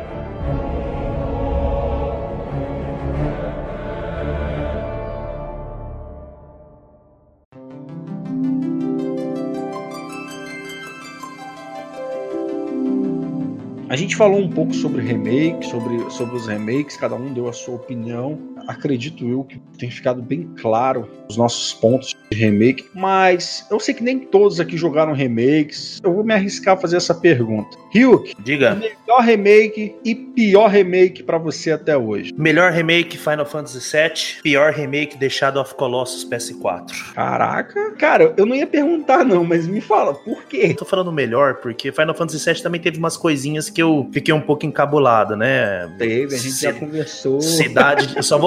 A gente falou um pouco sobre remake, sobre, sobre os remakes, cada um deu a sua opinião. Acredito eu que tem ficado bem claro os nossos pontos de remake, mas eu sei que nem todos aqui jogaram remakes. Eu vou me arriscar a fazer essa pergunta. Ryuk, diga. Melhor remake e pior remake pra você até hoje? Melhor remake Final Fantasy sete, pior remake The Shadow of Colossus P S quatro. Caraca, cara, eu não ia perguntar não, mas me fala, por quê? Eu tô falando melhor porque Final Fantasy sete também teve umas coisinhas que eu fiquei um pouco encabulado, né? Teve, a gente C- já conversou. Cidade, eu só vou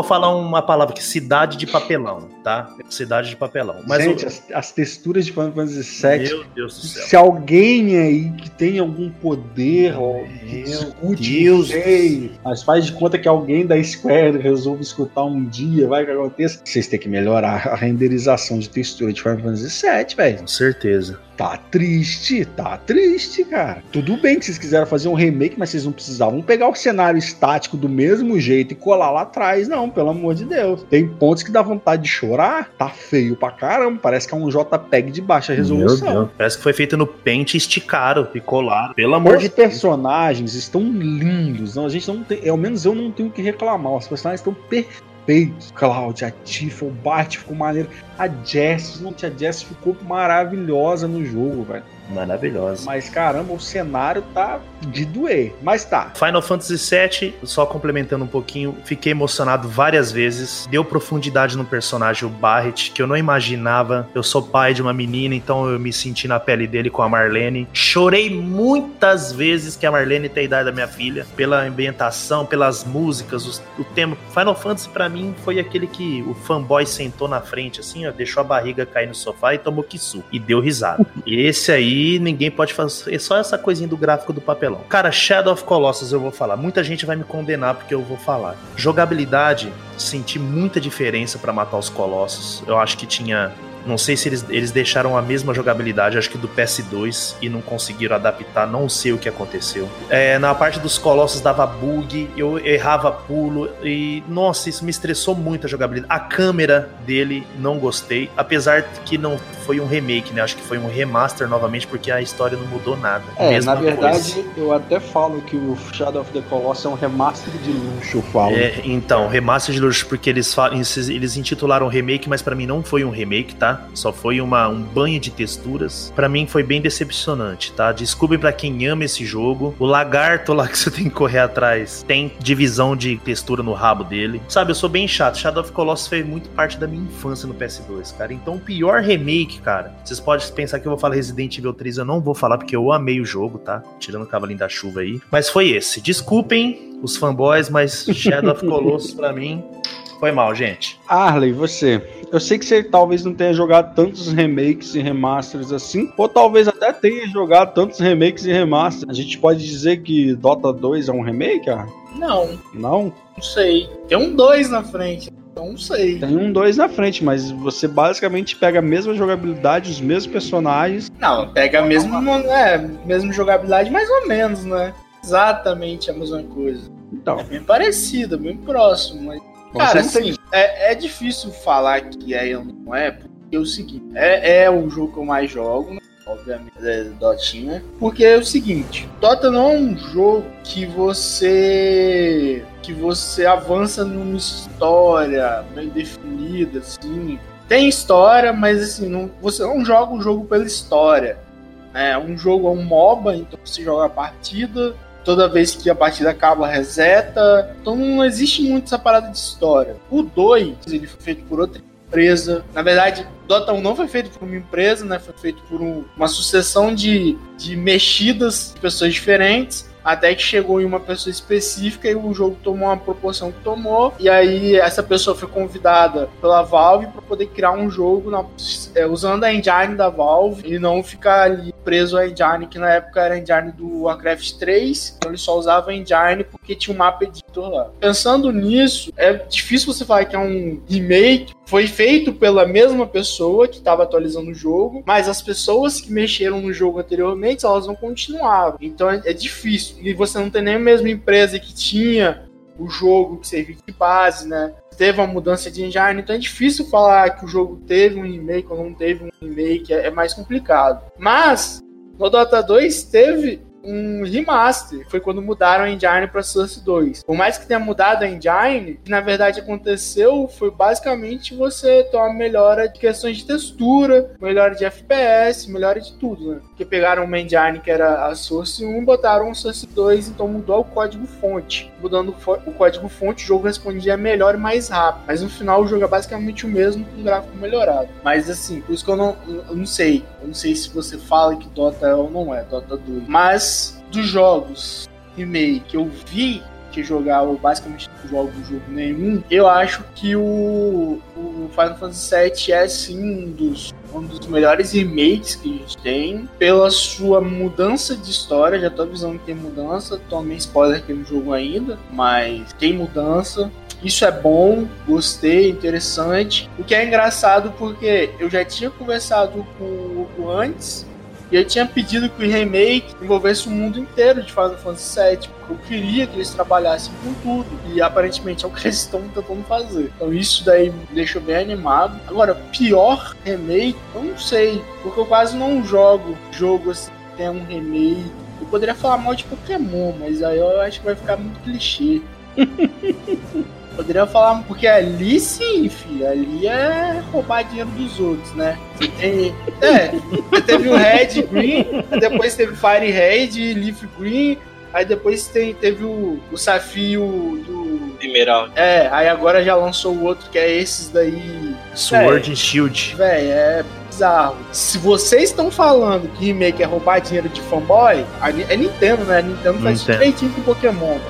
falar uma palavra aqui, cidade de papelão, tá? Cidade de papelão. Mas Gente, eu... as, as texturas de Final Fantasy sete. Meu Deus do céu. Se alguém aí que tem algum poder, ó, que discute, Deus, sei, mas faz de conta que alguém da Square resolve escutar um dia, vai que aconteça. Vocês têm que melhorar a renderização de textura de Final Fantasy sete, velho. Com certeza. Tá triste, tá triste, cara. Tudo bem que vocês quiseram fazer um remake, mas vocês não precisavam pegar o cenário estático do mesmo jeito e colar lá atrás, não, pelo amor de Deus. Tem pontos que dá vontade de chorar, tá feio pra caramba, parece que é um JPEG de baixa resolução. Meu Deus. Parece que foi feito no Paint e esticaram e colaram, pelo amor Os de Deus. Os personagens estão lindos, não, a gente não tem, ao menos eu não tenho o que reclamar, os personagens estão perfeitos. Cloud, a Tifa, o Bart ficou maneiro. A Jess, não, a Jess ficou maravilhosa no jogo, velho. Maravilhosa. Mas caramba, o cenário tá de doer. Mas tá. Final Fantasy sete, só complementando um pouquinho, fiquei emocionado várias vezes. Deu profundidade no personagem, o Barret, que eu não imaginava. Eu sou pai de uma menina, então eu me senti na pele dele com a Marlene. Chorei muitas vezes que a Marlene tem a idade da minha filha, pela ambientação, pelas músicas, os, o tema. Final Fantasy pra mim foi aquele que o fanboy sentou na frente, assim, ó, deixou a barriga cair no sofá e tomou kisu. E deu risada. E esse aí ninguém pode fazer, é só essa coisinha do gráfico do papelão. Cara, Shadow of Colossus eu vou falar, muita gente vai me condenar porque eu vou falar. Jogabilidade, senti muita diferença pra matar os Colossus, eu acho que tinha... Não sei se eles, eles deixaram a mesma jogabilidade, acho que do P S dois, e não conseguiram adaptar, não sei o que aconteceu. É, na parte dos Colossos dava bug, eu errava pulo, e nossa, isso me estressou muito a jogabilidade. A câmera dele, não gostei, apesar que não foi um remake, né? Acho que foi um remaster novamente, porque a história não mudou nada. É, Mesma na verdade, coisa. eu até falo que o Shadow of the Colossus é um remaster de luxo, eu falo. É, então, remaster de luxo, porque eles, falam, eles intitularam remake, mas pra mim não foi um remake, tá? Só foi uma, um banho de texturas. Pra mim foi bem decepcionante, tá? Desculpem pra quem ama esse jogo. O lagarto lá que você tem que correr atrás tem divisão de textura no rabo dele. Sabe, eu sou bem chato. Shadow of Colossus fez muito parte da minha infância no P S dois, cara. Então o pior remake, cara, vocês podem pensar que eu vou falar Resident Evil três, eu não vou falar porque eu amei o jogo, tá? Tirando o cavalinho da chuva aí. Mas foi esse. Desculpem os fanboys, mas Shadow of Colossus pra mim... Foi mal, gente. Arley, você. Eu sei que você talvez não tenha jogado tantos remakes e remasters assim, ou talvez até tenha jogado tantos remakes e remasters. A gente pode dizer que Dota dois é um remake, Arley? Não. Não? Não sei. Tem um dois na frente. Então não sei. Tem um dois na frente, mas você basicamente pega a mesma jogabilidade, os mesmos personagens. Não, pega a mesma, é, mesma jogabilidade, mais ou menos, né? Exatamente a mesma coisa. Então. É bem parecido, bem próximo, mas... Cara, assim, é, é difícil falar que é ou não é, porque é o seguinte, é, é o jogo que eu mais jogo, né? Obviamente, é Dotinha, porque é o seguinte, Dota não é um jogo que você que você avança numa história bem definida, assim, tem história, mas assim, não, você não joga o jogo pela história, é um jogo, é um MOBA, então você joga a partida, toda vez que a partida acaba, reseta. Então não existe muito essa parada de história. O dois, ele foi feito por outra empresa. Na verdade, Dota um não foi feito por uma empresa, né? Foi feito por um, uma sucessão de, de mexidas de pessoas diferentes. Até que chegou em uma pessoa específica e o jogo tomou uma proporção que tomou. E aí essa pessoa foi convidada pela Valve para poder criar um jogo na, é, usando a engine da Valve e não ficar ali preso à engine, que na época era a engine do Warcraft três. Então ele só usava a engine porque tinha um mapa editor lá. Pensando nisso, é difícil você falar que é um remake. Foi feito pela mesma pessoa que estava atualizando o jogo, mas as pessoas que mexeram no jogo anteriormente, elas não continuaram. Então é, é difícil. E você não tem nem a mesma empresa que tinha o jogo que servia de base, né? Teve uma mudança de engine, então é difícil falar que o jogo teve um remake ou não teve um remake, é, é mais complicado. Mas, no Dota dois teve um remaster, foi quando mudaram a engine para Source dois. Por mais que tenha mudado a engine, o que na verdade aconteceu foi basicamente você ter uma melhora de questões de textura, melhora de F P S, melhora de tudo, né? Porque pegaram uma engine que era a Source um, botaram o Source dois, então mudou o código fonte. Mudando o código fonte, o jogo respondia melhor e mais rápido. Mas no final o jogo é basicamente o mesmo, com um gráfico melhorado. Mas assim, por isso que eu não, eu não sei. Eu não sei se você fala que Dota é ou não é, Dota dois. Mas dos jogos remake que eu vi, que que jogar ou basicamente não jogo jogo nenhum, eu acho que o, o Final Fantasy sete é sim um dos, um dos melhores remakes que a gente tem, pela sua mudança de história. Já tô avisando que tem mudança, tomei spoiler aqui no jogo ainda, mas tem mudança. Isso é bom, gostei, interessante. O que é engraçado porque eu já tinha conversado com o Hugo antes e eu tinha pedido que o remake envolvesse o mundo inteiro de Final Fantasy sete, porque eu queria que eles trabalhassem com tudo, e aparentemente é o que eles estão tentando fazer. Então isso daí me deixou bem animado. Agora, pior remake, eu não sei, porque eu quase não jogo jogo assim que tem um remake. Eu poderia falar mal de Pokémon, mas aí eu acho que vai ficar muito clichê. Poderia falar, porque ali sim, filho, ali é roubar dinheiro dos outros, né? Tem, é, teve o Red Green, depois teve Fire Red, Leaf Green, aí depois tem, teve o, o Safio do... Emerald. É, aí agora já lançou o outro, que é esses daí... Sword and Shield. Véi, é bizarro. Se vocês estão falando que remake é roubar dinheiro de fanboy, é Nintendo, né? Nintendo faz Nintendo. direitinho com Pokémon.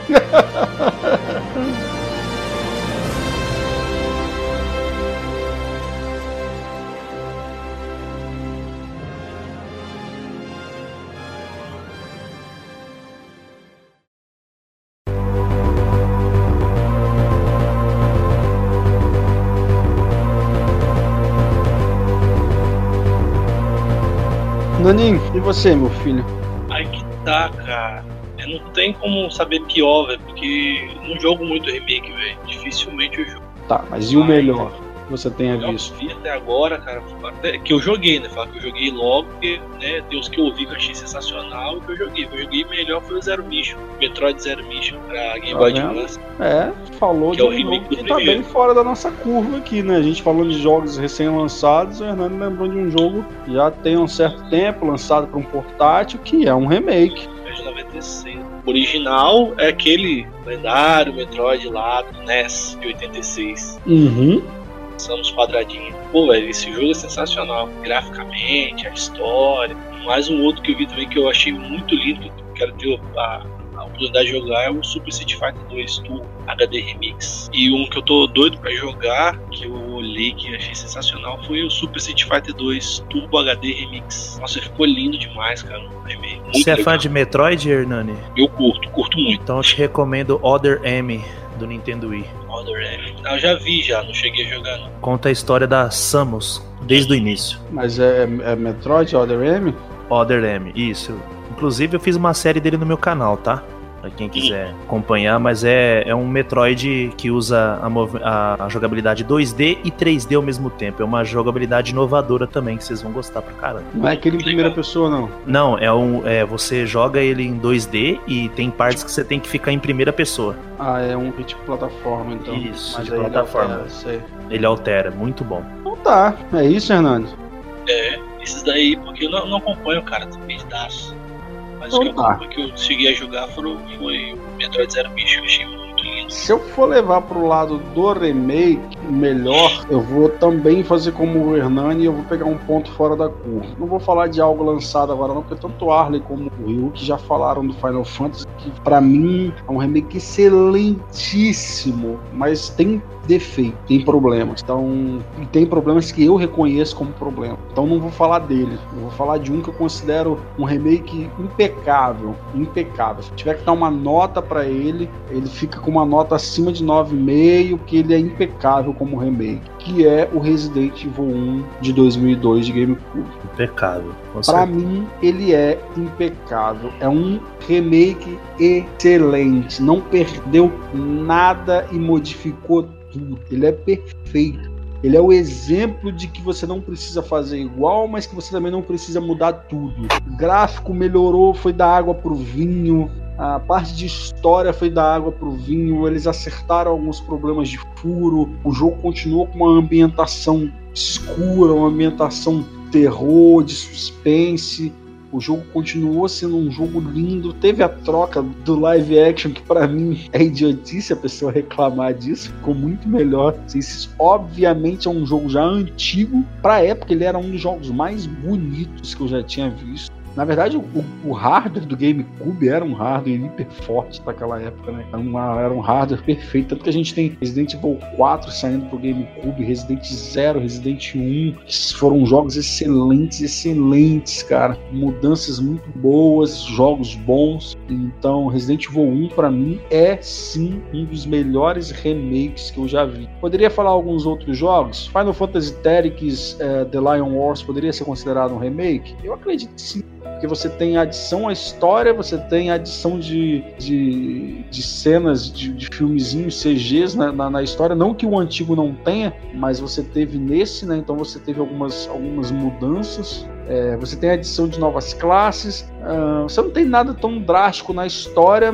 Naninho, e você, meu filho? Aí que tá, cara. Eu não tem como saber pior, velho, porque eu não jogo muito remake, velho. Dificilmente eu jogo. Tá, mas e o melhor que você tenha Eu visto? vi até agora, cara, até que eu joguei, né? Falar que eu joguei logo, porque, né, tem os que eu ouvi que eu achei sensacional e que eu joguei. O que eu joguei melhor foi o Zero Mission, Metroid Zero Mission pra Game Tá Boy vendo? Advance. É, falou Que de é o um remake jogo do que tá primeiro. bem fora da nossa curva aqui, né? A gente falando de jogos recém-lançados, o Hernando lembrou de um jogo que já tem um certo tempo, lançado para um portátil, que é um remake. É de noventa e seis. O original é aquele lendário Metroid lá do N E S de oitenta e seis. Uhum. Somos quadradinhos. Pô, velho, esse jogo é sensacional. Graficamente, a história. Mais um outro que eu vi também que eu achei muito lindo, que eu quero ter a, a oportunidade de jogar, é o Super Street Fighter dois Turbo H D Remix. E um que eu tô doido pra jogar, que eu olhei que achei sensacional, foi o Super Street Fighter dois Turbo H D Remix. Nossa, ficou lindo demais, cara. Muito Você é legal. fã de Metroid, Hernani? Eu curto, curto muito. Então eu te recomendo Other M, do Nintendo Wii. Other M. Ah, eu já vi, já, não cheguei a jogar não. Conta a história da Samus, desde o início. Mas é, é Metroid Other M? Other M, isso. Inclusive eu fiz uma série dele no meu canal, tá? Pra quem quiser acompanhar, mas é, é um Metroid que usa a, mov- a, a jogabilidade dois D e três D ao mesmo tempo. É uma jogabilidade inovadora também, que vocês vão gostar pra caramba. Não é aquele em primeira pessoa, não. Não, é um. É, você joga ele em dois D e tem partes que você tem que ficar em primeira pessoa. Ah, é um tipo plataforma, então. Isso, Mas de aí ele plataforma. altera, sei. Ele altera, muito bom. Então tá, é isso, Hernando? É, esses daí, porque eu não, não acompanho, cara, tô perdidaço. Mas Então o que eu, tá. acompanho, que eu cheguei a jogar foram, foi o Metroid Zero Mission, eu achei muito lindo. Se eu for levar pro lado do remake, melhor, eu vou também fazer como o Hernani e eu vou pegar um ponto fora da curva. Não vou falar de algo lançado agora não, porque tanto o Arley como o Ryu que já falaram do Final Fantasy, que pra mim é um remake excelentíssimo, mas tem defeito, tem problemas. Então, e tem problemas que eu reconheço como problema. Então não vou falar dele. Eu vou falar de um que eu considero um remake impecável, impecável. Se tiver que dar uma nota pra ele, ele fica com uma nota acima de nove vírgula cinco, porque ele é impecável como remake, que é o Resident Evil um de dois mil e dois de GameCube. Impecável. Com Pra certeza. mim, ele é impecável. É um remake excelente. Não perdeu nada e modificou tudo. Ele é perfeito. Ele é o exemplo de que você não precisa fazer igual, mas que você também não precisa mudar tudo. O gráfico melhorou, foi da água pro vinho. A parte de história foi da água pro vinho. Eles acertaram alguns problemas de furo. O jogo continuou com uma ambientação escura, uma ambientação terror, de suspense. O jogo continuou sendo um jogo lindo. Teve a troca do live action, que pra mim é idiotice a pessoa reclamar disso. Ficou muito melhor. Isso, obviamente é um jogo já antigo. Pra época ele era um dos jogos mais bonitos que eu já tinha visto. Na verdade, o, o hardware do GameCube era um hardware hiper forte naquela época, né? Era, uma, era um hardware perfeito. Tanto que a gente tem Resident Evil quatro saindo pro GameCube, Resident Zero, Resident um. Foram jogos excelentes, excelentes, cara. Mudanças muito boas, jogos bons. Então, Resident Evil um, pra mim, é sim um dos melhores remakes que eu já vi. Poderia falar alguns outros jogos? Final Fantasy Tactics, uh, The Lion Wars, poderia ser considerado um remake? Eu acredito que sim. Porque você tem adição à história, você tem adição de, de, de cenas de, de filmezinhos, C Gs na, na, na história. Não que o antigo não tenha, mas você teve nesse, né? Então você teve algumas, algumas mudanças. É, você tem a adição de novas classes. Uh, você não tem nada tão drástico na história,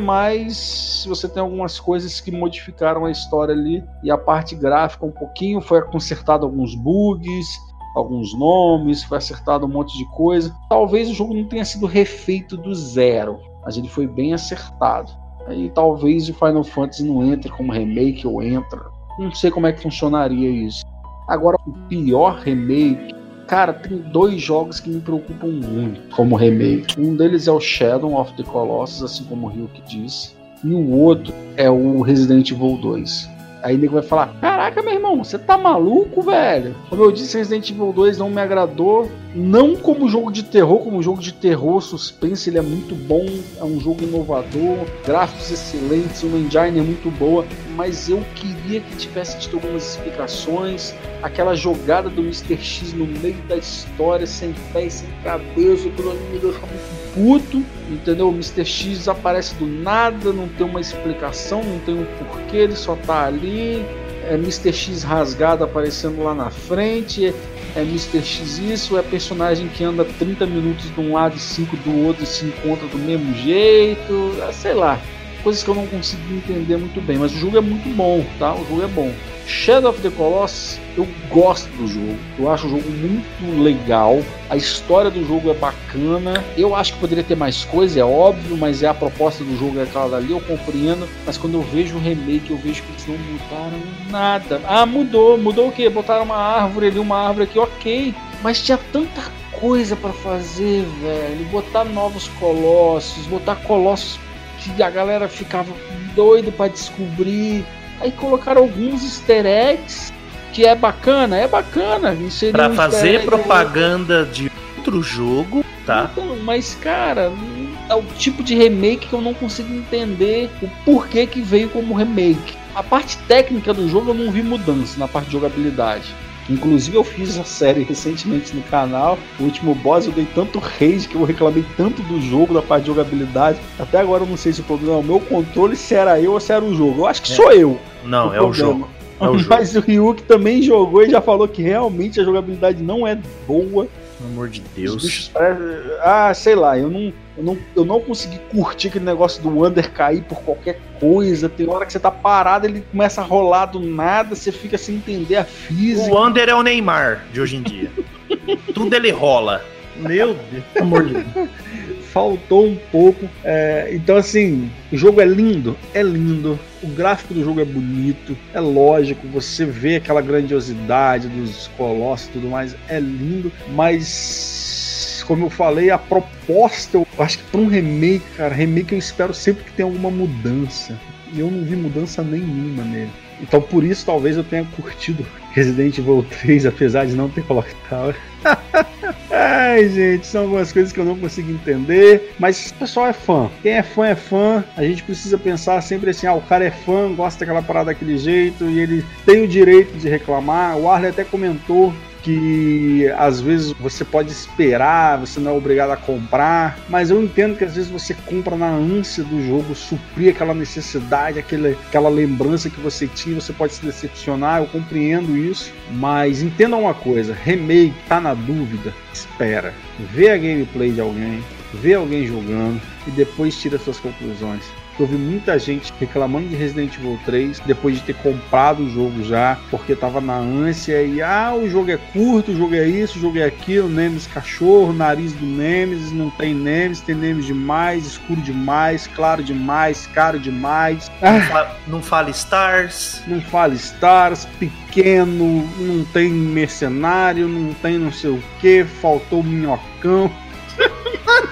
mas você tem algumas coisas que modificaram a história ali. E a parte gráfica um pouquinho, foi consertado alguns bugs, alguns nomes, foi acertado um monte de coisa. Talvez o jogo não tenha sido refeito do zero, mas ele foi bem acertado. Aí talvez o Final Fantasy não entre como remake ou entra. Não sei como é que funcionaria isso. Agora, o pior remake... Cara, tem dois jogos que me preocupam muito como remake. Um deles é o Shadow of the Colossus, assim como o Ryuk disse. E o outro é o Resident Evil dois. Aí o nego vai falar, caraca, meu irmão, você tá maluco, velho? Como eu disse, Resident Evil dois não me agradou. Não como jogo de terror, como jogo de terror, suspense, ele é muito bom. É um jogo inovador, gráficos excelentes, uma engine muito boa. Mas eu queria que tivesse tido algumas explicações. Aquela jogada do mister X no meio da história, sem pé e sem cabeça, aquilo ali me deixa muito puto, entendeu? O mister X aparece do nada, não tem uma explicação, não tem um porquê, ele só tá ali. É mister X rasgado aparecendo lá na frente, é, é mister X isso, é personagem que anda trinta minutos de um lado e cinco do outro e se encontra do mesmo jeito, sei lá. Coisas que eu não consegui entender muito bem, mas o jogo é muito bom, tá? O jogo é bom. Shadow of the Colossus, eu gosto do jogo, eu acho o jogo muito legal, a história do jogo é bacana, eu acho que poderia ter mais coisa, é óbvio, mas é a proposta do jogo é aquela dali, eu compreendo, mas quando eu vejo o remake, eu vejo que eles não mudaram nada. Ah, mudou, mudou o quê? Botaram uma árvore ali, uma árvore aqui, ok, mas tinha tanta coisa pra fazer, velho, botar novos colossos, botar colossos que a galera ficava doido pra descobrir. Aí colocaram alguns easter eggs, que é bacana, é bacana. Pra um fazer propaganda de outro jogo, tá? Então, mas, cara, é o tipo de remake que eu não consigo entender o porquê que veio como remake. A parte técnica do jogo eu não vi mudança na parte de jogabilidade. Inclusive eu fiz a série recentemente no canal. O último boss eu dei tanto rage que eu reclamei tanto do jogo, da parte de jogabilidade. Até agora eu não sei se o problema é o meu controle, se era eu ou se era o jogo. Eu acho que é. sou eu. Não, o é, o jogo. é o jogo. Mas o Ryuk também jogou e já falou que realmente a jogabilidade não é boa. Pelo amor de Deus. Ah, sei lá, eu não, eu, não, eu não consegui curtir aquele negócio do Under cair por qualquer coisa. Tem hora que você tá parado, ele começa a rolar do nada, você fica sem entender a física. O Under é o Neymar de hoje em dia. Tudo ele rola. Meu Deus, pelo amor de Deus. Faltou um pouco. É, então, assim, o jogo é lindo? É lindo. O gráfico do jogo é bonito. É lógico, você vê aquela grandiosidade dos colossos e tudo mais. É lindo. Mas, como eu falei, a proposta, eu acho que para um remake, cara, remake eu espero sempre que tenha alguma mudança. E eu não vi mudança nenhuma nele. Então, por isso, talvez eu tenha curtido Resident Evil três, apesar de não ter colocado. Ai, gente, são algumas coisas que eu não consigo entender, mas o pessoal é fã. Quem é fã é fã. A gente precisa pensar sempre assim, ah, o cara é fã, gosta daquela parada daquele jeito e ele tem o direito de reclamar. O Arley até comentou que às vezes você pode esperar, você não é obrigado a comprar, mas eu entendo que às vezes você compra na ânsia do jogo, suprir aquela necessidade, aquele, aquela lembrança que você tinha, você pode se decepcionar, eu compreendo isso, mas entenda uma coisa, remake, tá na dúvida, espera, vê a gameplay de alguém, vê alguém jogando e depois tira suas conclusões. Eu vi muita gente reclamando de Resident Evil três depois de ter comprado o jogo já, porque tava na ânsia e ah, o jogo é curto, o jogo é isso, o jogo é aquilo, Nemesis cachorro, nariz do Nemesis, não tem Nemesis, tem Nemesis demais, escuro demais, claro demais, caro demais. Ah, não, fa- não fala Stars. Não fala Stars, pequeno, não tem mercenário, não tem não sei o que, faltou minhocão.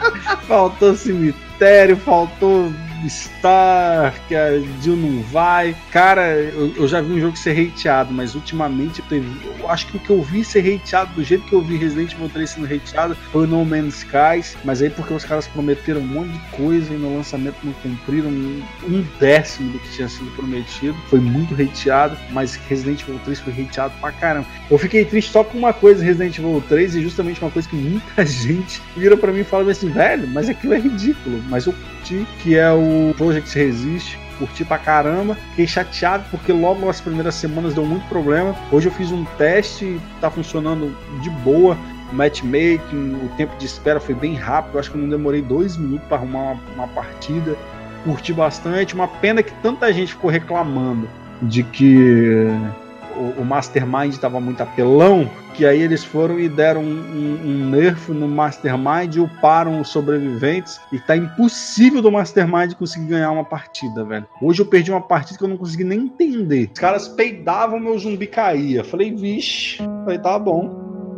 Faltou cemitério, faltou Star, que a Jill não vai. Cara, eu, eu já vi um jogo ser hateado, mas ultimamente teve, eu acho que o que eu vi ser hateado, do jeito que eu vi Resident Evil três sendo hateado, foi o No Man's Skies, mas aí porque os caras prometeram um monte de coisa e no lançamento não cumpriram um, um décimo do que tinha sido prometido. Foi muito hateado, mas Resident Evil três foi hateado pra caramba. Eu fiquei triste só com uma coisa, Resident Evil três, e justamente uma coisa que muita gente vira pra mim e fala assim, velho, mas aquilo é ridículo, mas eu curti, que é o Project Resist, curti pra caramba, fiquei chateado porque logo nas primeiras semanas deu muito problema. Hoje eu fiz um teste e tá funcionando de boa, o matchmaking, o tempo de espera foi bem rápido, eu acho que eu não demorei dois minutos pra arrumar uma, uma partida, curti bastante. Uma pena que tanta gente ficou reclamando de que o, o Mastermind tava muito apelão, que aí eles foram e deram um, um, um nerf no Mastermind e uparam os sobreviventes, e tá impossível do Mastermind conseguir ganhar uma partida, velho. Hoje eu perdi uma partida que eu não consegui nem entender. Os caras peidavam, meu zumbi caía. Falei, vixe, falei, tá bom.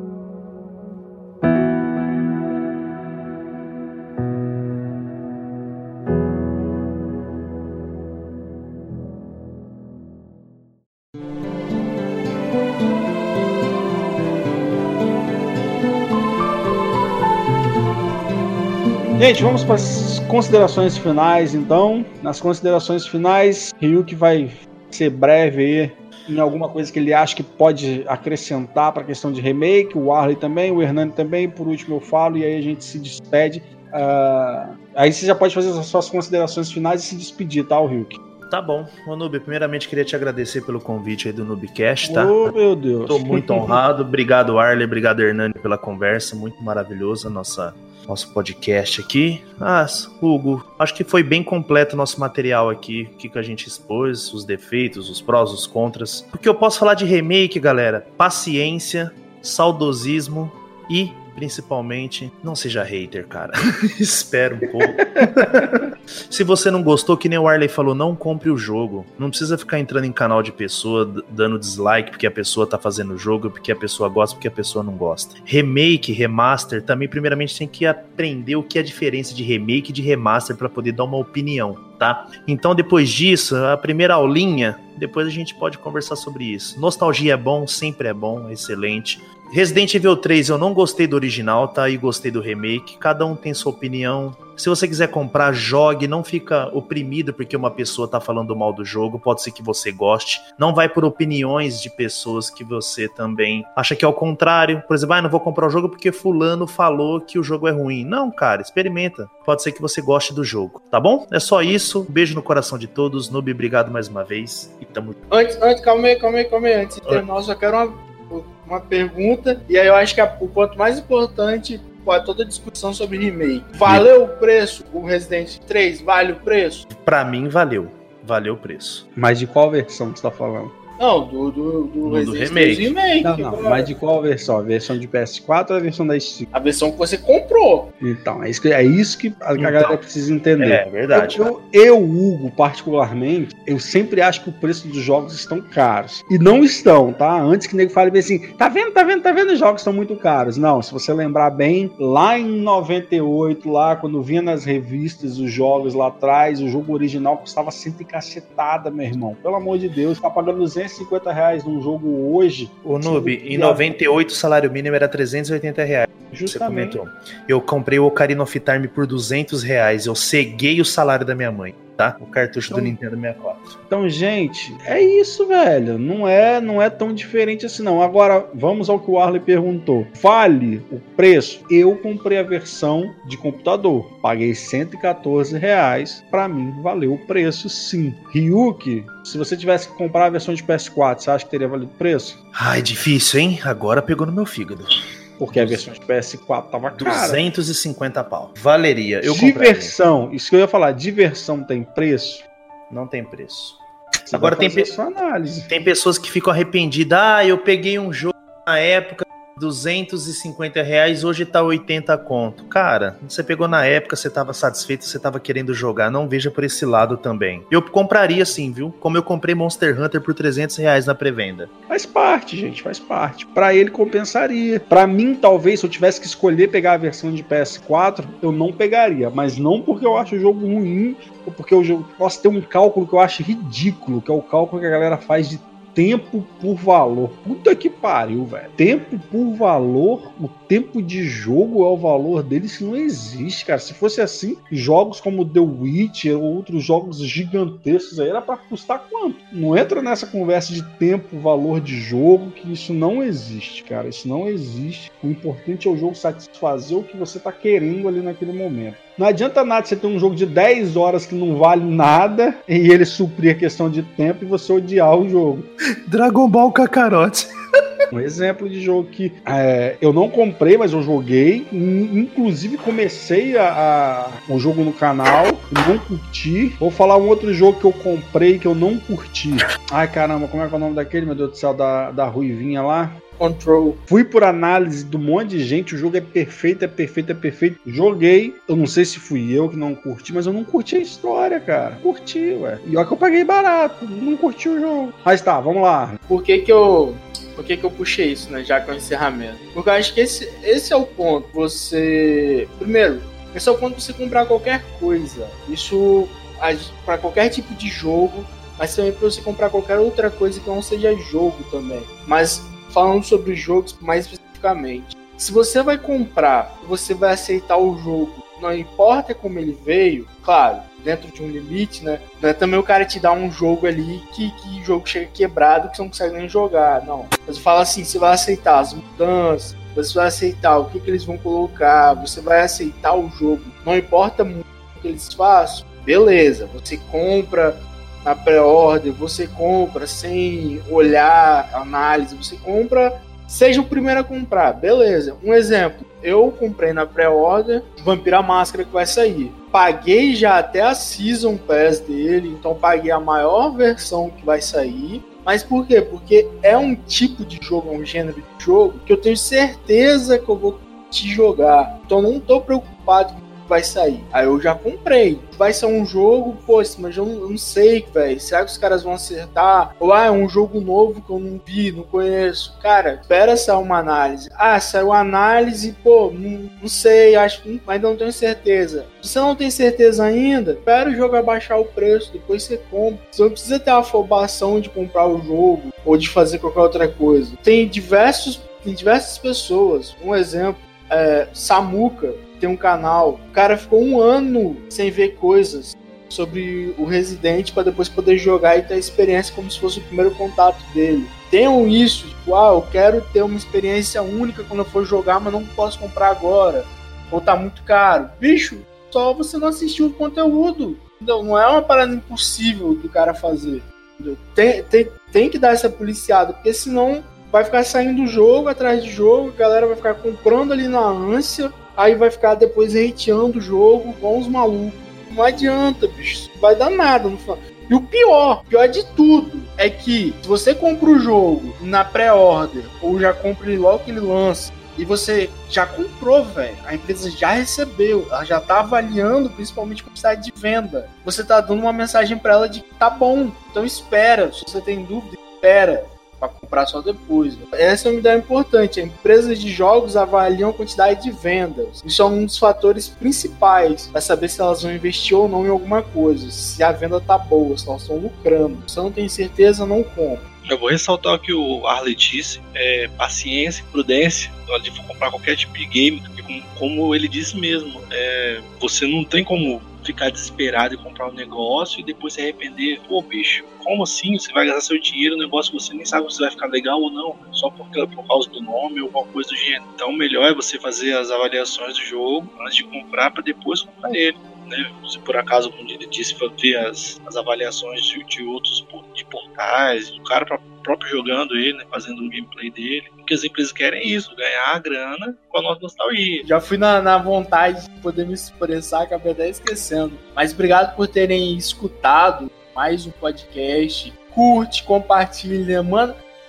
Gente, vamos para as considerações finais, então. Nas considerações finais, Ryuk vai ser breve em alguma coisa que ele acha que pode acrescentar para a questão de remake, o Arley também, o Hernani também, por último eu falo, e aí a gente se despede. Uh, aí você já pode fazer as suas considerações finais e se despedir, tá, Ryuk? Tá bom. Ô, Noob, primeiramente queria te agradecer pelo convite aí do Noobcast, tá? Oh, meu Deus. Tô muito honrado. Obrigado, Arley. Obrigado, Hernani, pela conversa. Muito maravilhosa a nossa... nosso podcast aqui. Ah, Hugo, acho que foi bem completo o nosso material aqui, o que, que a gente expôs, os defeitos, os prós, os contras. O que eu posso falar de remake, galera? Paciência, saudosismo e, principalmente, não seja hater, cara. Espera um pouco. Se você não gostou, que nem o Arley falou, não compre o jogo. Não precisa ficar entrando em canal de pessoa, dando dislike porque a pessoa tá fazendo o jogo, porque a pessoa gosta, porque a pessoa não gosta. Remake, remaster, também primeiramente tem que aprender o que é a diferença de remake e de remaster para poder dar uma opinião, tá? Então depois disso, a primeira aulinha, depois a gente pode conversar sobre isso. Nostalgia é bom, sempre é bom, é excelente. Resident Evil três eu não gostei do original, tá? E gostei do remake. Cada um tem sua opinião. Se você quiser comprar, jogue. Não fica oprimido porque uma pessoa tá falando mal do jogo. Pode ser que você goste. Não vai por opiniões de pessoas que você também acha que é o contrário. Por exemplo, ah, não vou comprar o jogo porque fulano falou que o jogo é ruim. Não, cara, experimenta. Pode ser que você goste do jogo, tá bom? É só isso. Beijo no coração de todos. Noob, obrigado mais uma vez. E tamo... Antes, antes, calma aí, calma aí, calma aí. Antes de terminar, eu só quero uma... uma pergunta, e aí eu acho que a, o ponto mais importante para toda a discussão sobre remake. Valeu o preço? O Resident três vale o preço? Pra mim, valeu. Valeu o preço. Mas de qual versão você tá falando? Não, do, do, do, do, do remake. remake. Não, não, mas de qual versão? A versão de P S quatro ou a versão da Steam? A versão que você comprou. Então, é isso que, é isso que a então, galera precisa entender. É verdade. Eu, eu, eu, Hugo, particularmente, eu sempre acho que o preço dos jogos estão caros. E não estão, tá? Antes que o nego fale assim, tá vendo, tá vendo, tá vendo, os jogos estão muito caros. Não, se você lembrar bem, lá em noventa e oito, lá, quando vinha nas revistas os jogos lá atrás, o jogo original custava cento e cacetada, meu irmão. Pelo amor de Deus, tá pagando duzentos e cinquenta reais num jogo hoje. Ô, Noob, em noventa e oito o salário mínimo era trezentos e oitenta reais. Justamente. Você comentou. Eu comprei o Ocarina of Time por duzentos reais. Eu ceguei o salário da minha mãe, tá? O cartucho então, do Nintendo sessenta e quatro. Então, gente, é isso, velho. Não é, não é tão diferente assim, não. Agora, vamos ao que o Arley perguntou. Vale o preço? Eu comprei a versão de computador. Paguei cento e quatorze reais. Pra mim, valeu o preço, sim. Ryuk, se você tivesse que comprar a versão de P S quatro, você acha que teria valido o preço? Ai, difícil, hein? Agora pegou no meu fígado. Porque a versão de P S quatro tava cara. duzentos e cinquenta pau. Valeria. Eu diversão. Isso que eu ia falar. Diversão tem preço? Não tem preço. Você Agora tem, pe- análise. tem pessoas que ficam arrependidas. Ah, eu peguei um jogo na época duzentos e cinquenta reais, hoje tá oitenta conto. Cara, você pegou na época, você tava satisfeito, você tava querendo jogar, não veja por esse lado também. Eu compraria sim, viu? Como eu comprei Monster Hunter por trezentos reais na pré-venda. Faz parte, gente, faz parte. Pra ele compensaria. Pra mim, talvez, se eu tivesse que escolher pegar a versão de P S quatro, eu não pegaria. Mas não porque eu acho o jogo ruim, ou porque o jogo... Posso ter um cálculo que eu acho ridículo, que é o cálculo que a galera faz de tempo por valor. Puta que pariu, velho. Tempo por valor, o tempo de jogo é o valor dele, isso não existe, cara. Se fosse assim, jogos como The Witcher ou outros jogos gigantescos aí, era pra custar quanto? Não entra nessa conversa de tempo, valor de jogo, que isso não existe, cara. Isso não existe. O importante é o jogo satisfazer o que você tá querendo ali naquele momento. Não adianta nada você ter um jogo de dez horas que não vale nada e ele suprir a questão de tempo e você odiar o jogo. Dragon Ball Kakarot. Um exemplo de jogo que é, eu não comprei, mas eu joguei. Inclusive comecei a, a, o jogo no canal, não curti. Vou falar um outro jogo que eu comprei que eu não curti. Ai caramba, como é que é o nome daquele, meu Deus do céu, da, da Ruivinha lá? Control. Fui por análise de um monte de gente, o jogo é perfeito, é perfeito, é perfeito. Joguei, eu não sei se fui eu que não curti, mas eu não curti a história, cara. Curti, ué. E olha que eu paguei barato, não curti o jogo. Mas tá, vamos lá. Por que que eu... Por que que eu puxei isso, né? Já com o encerramento. Porque eu acho que esse, esse é o ponto. Você... Primeiro, esse é o ponto de você comprar qualquer coisa. Isso para qualquer tipo de jogo, mas também para você comprar qualquer outra coisa que não seja jogo também. Mas falando sobre jogos mais especificamente, se você vai comprar, você vai aceitar o jogo, não importa como ele veio, claro, dentro de um limite, né? Não é também o cara te dar um jogo ali que, que o jogo chega quebrado, que você não consegue nem jogar, não. Você fala assim, você vai aceitar as mudanças, você vai aceitar o que, que eles vão colocar, você vai aceitar o jogo, não importa muito o que eles façam, beleza, você compra na pré-order, você compra sem olhar, análise, você compra, seja o primeiro a comprar, beleza. Um exemplo, eu comprei na pré-order Vampira Máscara que vai sair. Paguei já até a Season Pass dele, então paguei a maior versão que vai sair. Mas por quê? Porque é um tipo de jogo, um gênero de jogo que eu tenho certeza que eu vou te jogar. Então não tô preocupado com vai sair. Aí eu já comprei. Vai ser um jogo, pô, mas eu não, eu não sei, velho. Será que os caras vão acertar? Ou ah, é um jogo novo que eu não vi, não conheço. Cara, espera sair uma análise. Ah, saiu a análise, pô, não, não sei, acho que ainda não tenho certeza. Se você não tem certeza ainda, espera o jogo abaixar o preço, depois você compra. Você não precisa ter a afobação de comprar o jogo ou de fazer qualquer outra coisa. Tem diversos, tem diversas pessoas. Um exemplo, é, Samuka tem um canal, o cara ficou um ano sem ver coisas sobre o Resident para depois poder jogar e ter a experiência como se fosse o primeiro contato dele. Tenham isso, tipo, ah, eu quero ter uma experiência única quando eu for jogar, mas não posso comprar agora, ou tá muito caro. Bicho, só você não assistiu o conteúdo, entendeu? Não é uma parada impossível do cara fazer, entendeu? Tem, tem, tem que dar essa policiada, porque senão vai ficar saindo jogo atrás de jogo, a galera vai ficar comprando ali na ânsia, aí vai ficar depois hateando o jogo com os malucos. Não adianta, bicho. Não vai dar nada no final. E o pior, pior de tudo, é que se você compra o jogo na pré-order, ou já compra ele logo que ele lança, e você já comprou, velho, a empresa já recebeu, ela já tá avaliando principalmente a quantidade de venda. Você tá dando uma mensagem pra ela de que tá bom, então espera. Se você tem dúvida, espera. Para comprar só depois. Essa é uma ideia importante. Empresas de jogos avaliam a quantidade de vendas. Isso é um dos fatores principais para saber se elas vão investir ou não em alguma coisa. Se a venda tá boa, se elas estão lucrando. Se não tem certeza, não compra. Eu vou ressaltar o que o Arley disse, é paciência e prudência na hora de comprar qualquer tipo de game, como, como ele disse mesmo, é, você não tem como ficar desesperado e comprar um negócio e depois se arrepender. Pô, bicho, como assim? Você vai gastar seu dinheiro no negócio que você nem sabe se vai ficar legal ou não, só por, por causa do nome ou alguma coisa do gênero. Então o melhor é você fazer as avaliações do jogo antes de comprar para depois comprar ele. Né? Se por acaso, como ele disse, ver as, as avaliações de, de outros de portais, o cara pra, próprio jogando ele, né? Fazendo o gameplay dele, porque as empresas querem isso, ganhar a grana com a nossa nostalgia. Já fui na, na vontade de poder me expressar, acabei até esquecendo, mas obrigado por terem escutado mais um podcast. Curte, compartilha, manda,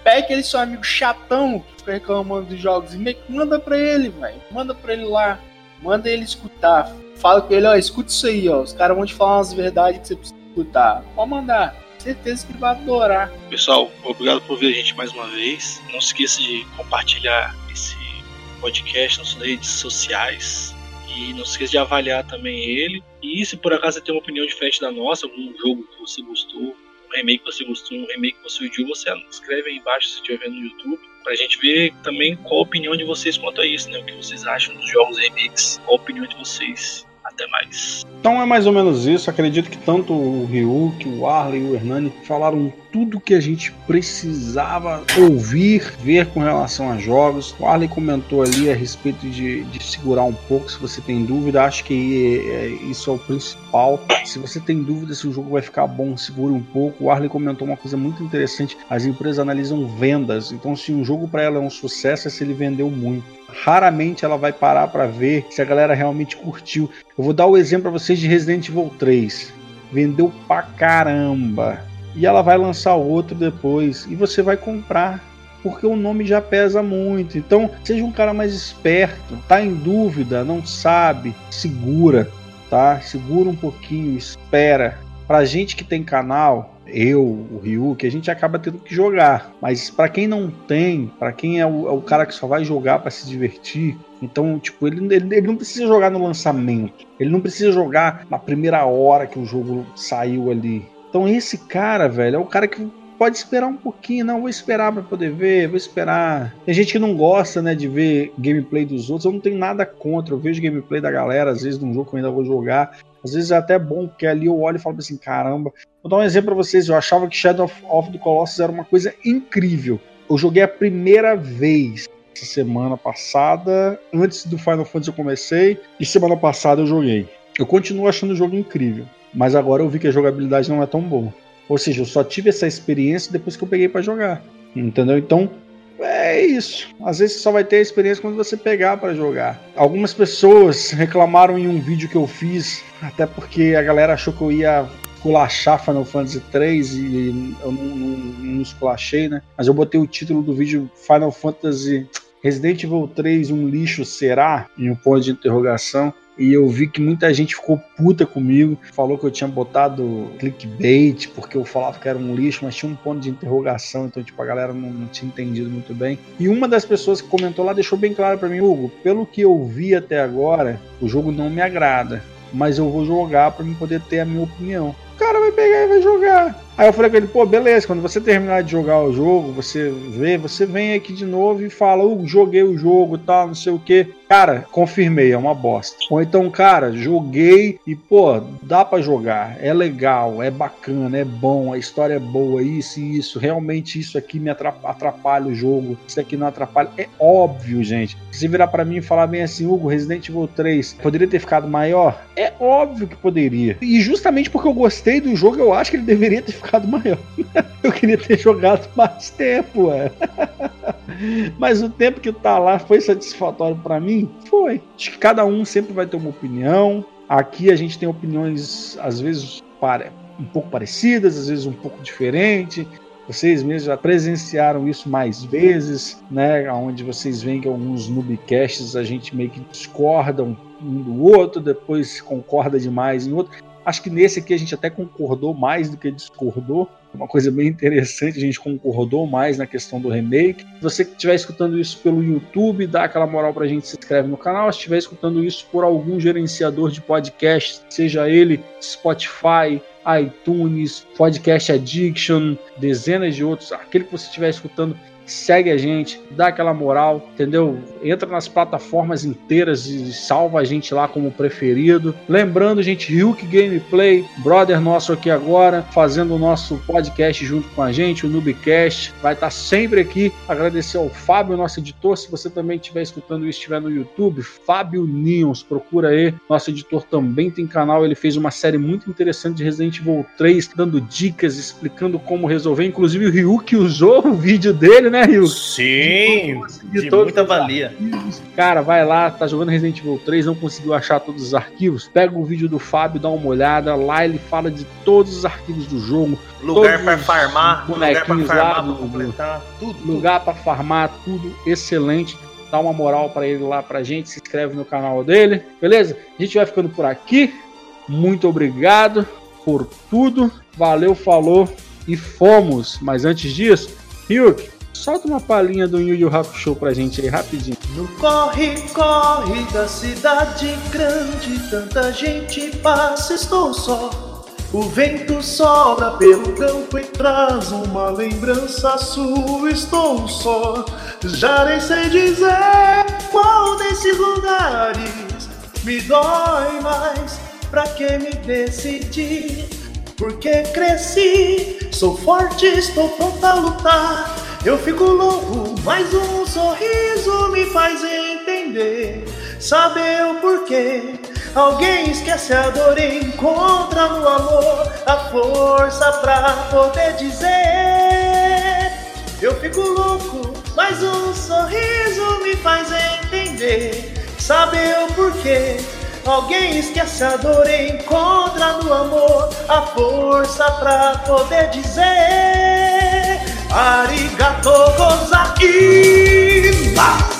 Pega aquele seu amigo chatão que fica reclamando dos jogos e meio que manda pra ele, velho. Manda pra ele lá. Manda ele escutar. Fala com ele, ó, escuta isso aí, ó. Os caras vão te falar umas verdades que você precisa escutar. Pode mandar. Certeza que ele vai adorar. Pessoal, obrigado por ver a gente mais uma vez. Não se esqueça de compartilhar esse podcast nas suas redes sociais. E não se esqueça de avaliar também ele. E se por acaso você tem uma opinião diferente da nossa, algum jogo que você gostou, um remake que você gostou, um remake que você odiou, você escreve aí embaixo se estiver vendo no YouTube, pra gente ver também qual a opinião de vocês quanto a isso, né? O que vocês acham dos jogos remakes, qual a opinião de vocês. Até mais. Então é mais ou menos isso. Acredito que tanto o Ryuk, o Arley e o Hernani falaram tudo que a gente precisava ouvir, ver com relação a jogos. O Arley comentou ali a respeito de, de segurar um pouco, se você tem dúvida. Acho que é, isso é o principal. Se você tem dúvida se o jogo vai ficar bom, segure um pouco. O Arley comentou uma coisa muito interessante. As empresas analisam vendas. Então se um jogo para ela é um sucesso, é se ele vendeu muito. Raramente ela vai parar para ver se a galera realmente curtiu. Eu vou dar o exemplo para vocês de Resident Evil três. Vendeu pra caramba. E ela vai lançar outro depois. E você vai comprar. Porque o nome já pesa muito. Então, seja um cara mais esperto. Tá em dúvida, não sabe. Segura, tá? Segura um pouquinho, espera. Pra gente que tem canal, eu, o Ryuk, a gente acaba tendo que jogar. Mas pra quem não tem, pra quem é o, é o cara que só vai jogar pra se divertir, então, tipo, ele, ele, ele não precisa jogar no lançamento. Ele não precisa jogar na primeira hora que o jogo saiu ali. Então esse cara, velho, é o cara que pode esperar um pouquinho. Não, vou esperar pra poder ver, vou esperar. Tem gente que não gosta, né, de ver gameplay dos outros. Eu não tenho nada contra. Eu vejo gameplay da galera, às vezes, num jogo que eu ainda vou jogar. Às vezes é até bom, porque ali eu olho e falo assim, caramba. Vou dar um exemplo pra vocês. Eu achava que Shadow of, of the Colossus era uma coisa incrível. Eu joguei a primeira vez essa semana passada. Antes do Final Fantasy eu comecei. E semana passada eu joguei. Eu continuo achando o jogo incrível. Mas agora eu vi que a jogabilidade não é tão boa. Ou seja, eu só tive essa experiência depois que eu peguei pra jogar. Entendeu? Então, é isso. Às vezes você só vai ter a experiência quando você pegar pra jogar. Algumas pessoas reclamaram em um vídeo que eu fiz, até porque a galera achou que eu ia esculachar Final Fantasy três e eu não, não, não esculachei, né? Mas eu botei o título do vídeo Final Fantasy Resident Evil três, um lixo será? Em um ponto de interrogação. E eu vi que muita gente ficou puta comigo, falou que eu tinha botado clickbait, porque eu falava que era um lixo, mas tinha um ponto de interrogação, então tipo, a galera não, não tinha entendido muito bem. E uma das pessoas que comentou lá deixou bem claro pra mim, Hugo, pelo que eu vi até agora, o jogo não me agrada, mas eu vou jogar pra mim poder ter a minha opinião. O cara vai pegar e vai jogar. Aí eu falei com ele, pô, beleza, quando você terminar de jogar o jogo, você vê, você vem aqui de novo e fala, uh, joguei o jogo, tal, não sei o que. Cara, confirmei, é uma bosta. Ou então, cara, joguei e, pô, dá pra jogar, é legal, é bacana, é bom, a história é boa, isso e isso, realmente isso aqui me atrapalha o jogo, isso aqui não atrapalha. É óbvio, gente. Se você virar pra mim e falar bem assim, Hugo, Resident Evil três, poderia ter ficado maior? É óbvio que poderia. E justamente porque eu gostei do jogo, eu acho que ele deveria ter ficado ficado maior. Eu queria ter jogado mais tempo, ué. Mas o tempo que tá lá foi satisfatório pra mim? Foi. Acho que cada um sempre vai ter uma opinião. Aqui a gente tem opiniões, às vezes, um pouco parecidas, às vezes um pouco diferentes. Vocês mesmos já presenciaram isso mais vezes, né? Onde vocês veem que alguns noobcasts a gente meio que discorda um do outro, depois concorda demais em outro. Acho que nesse aqui a gente até concordou mais do que discordou. Uma coisa bem interessante, a gente concordou mais na questão do remake. Se você estiver escutando isso pelo YouTube, dá aquela moral pra gente, se inscreve no canal. Se estiver escutando isso por algum gerenciador de podcast, seja ele Spotify, iTunes, Podcast Addiction, dezenas de outros, aquele que você estiver escutando, segue a gente, dá aquela moral, entendeu? Entra nas plataformas inteiras e salva a gente lá como preferido. Lembrando, gente, Ryuk Gameplay, brother nosso aqui agora, fazendo o nosso podcast junto com a gente, o Noobcast, vai estar sempre aqui. Agradecer ao Fábio, nosso editor. Se você também estiver escutando isso, estiver no YouTube, Fábio Nions, procura aí. Nosso editor também tem canal, ele fez uma série muito interessante de Resident Evil três, dando dicas, explicando como resolver. Inclusive o Ryuk usou o vídeo dele, né? né, Rio? Sim, de, de muita valia. Cara, vai lá, tá jogando Resident Evil três, não conseguiu achar todos os arquivos? Pega o vídeo do Fábio, dá uma olhada. Lá ele fala de todos os arquivos do jogo. Lugar pra farmar, bonequinhos lugar pra farmar, lá, pra completar, tudo. Lugar pra farmar, tudo excelente. Dá uma moral pra ele lá pra gente, se inscreve no canal dele, beleza? A gente vai ficando por aqui. Muito obrigado por tudo. Valeu, falou e fomos. Mas antes disso, Ryuk, solta uma palhinha do Yu Yu Hakusho pra gente aí, rapidinho. No corre, corre da cidade grande, tanta gente passa, estou só. O vento sobra pelo campo e traz uma lembrança sua, estou só. Já nem sei dizer qual desses lugares me dói mais. Pra que me decidir? Porque cresci, sou forte, estou pronta a lutar. Eu fico louco, mas um sorriso me faz entender. Saber o porquê. Alguém esquece a dor e encontra no amor a força pra poder dizer. Eu fico louco, mas um sorriso me faz entender. Saber o porquê. Alguém esquece a dor e encontra no amor a força pra poder dizer Arigato gozaimasu.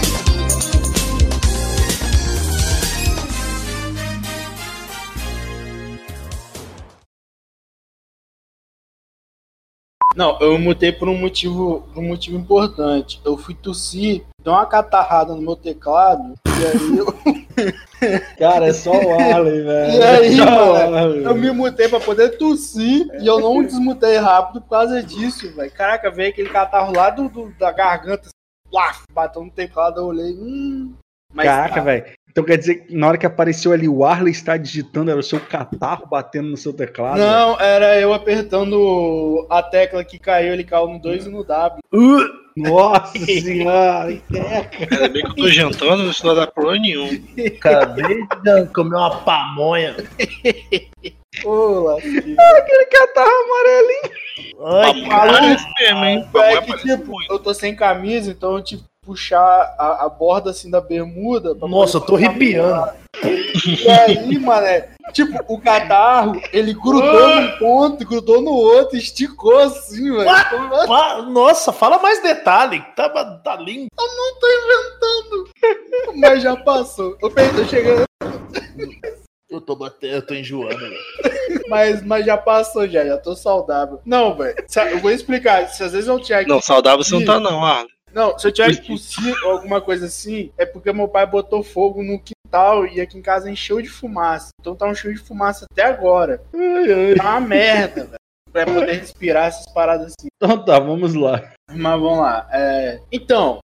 Não, eu mutei por um motivo, por um motivo importante. Eu fui tossir, dei uma catarrada no meu teclado, e aí eu... Cara, é só o Arley, velho. E aí, é mano, eu me mutei pra poder tossir e eu não desmutei rápido por causa disso, velho. Caraca, veio aquele catarro lá do, do, da garganta, assim, bateu no teclado, eu olhei, hum... Mas Caraca, tá. velho. Então quer dizer que na hora que apareceu ali o Arley está digitando, era o seu catarro batendo no seu teclado? Não, véio. Era eu apertando a tecla que caiu, ele caiu no dois e no W. Uh, nossa senhora! Ainda bem que eu tô jantando, não estou da porra nenhuma. Acabei de comer uma pamonha. Ô, lasquinho. Aquele catarro amarelinho. Ai, Parece mesmo, hein? É que, tipo, eu tô sem camisa, então eu tive que puxar a, a borda assim da bermuda. Pra nossa, eu tô arrepiando. E aí, mané, tipo, o catarro, ele grudou num ponto, grudou no outro, esticou assim, velho. Nossa, fala mais detalhe. Tá, tá lindo. Eu não tô inventando. Mas já passou. Eu tô chegando. Eu tô batendo, eu tô enjoando, velho. Mas, mas já passou, já, já tô saudável. Não, velho, eu vou explicar. Se às vezes eu tinha que. Não, saudável você não tá, não, Arley. Não, se eu tiver que tossir ou alguma coisa assim, é porque meu pai botou fogo no quintal e aqui em casa encheu de fumaça. Então tá um cheio de fumaça até agora. Ai, ai. Tá uma merda, velho. Pra poder respirar essas paradas assim. Então tá, vamos lá. Mas vamos lá. É... Então,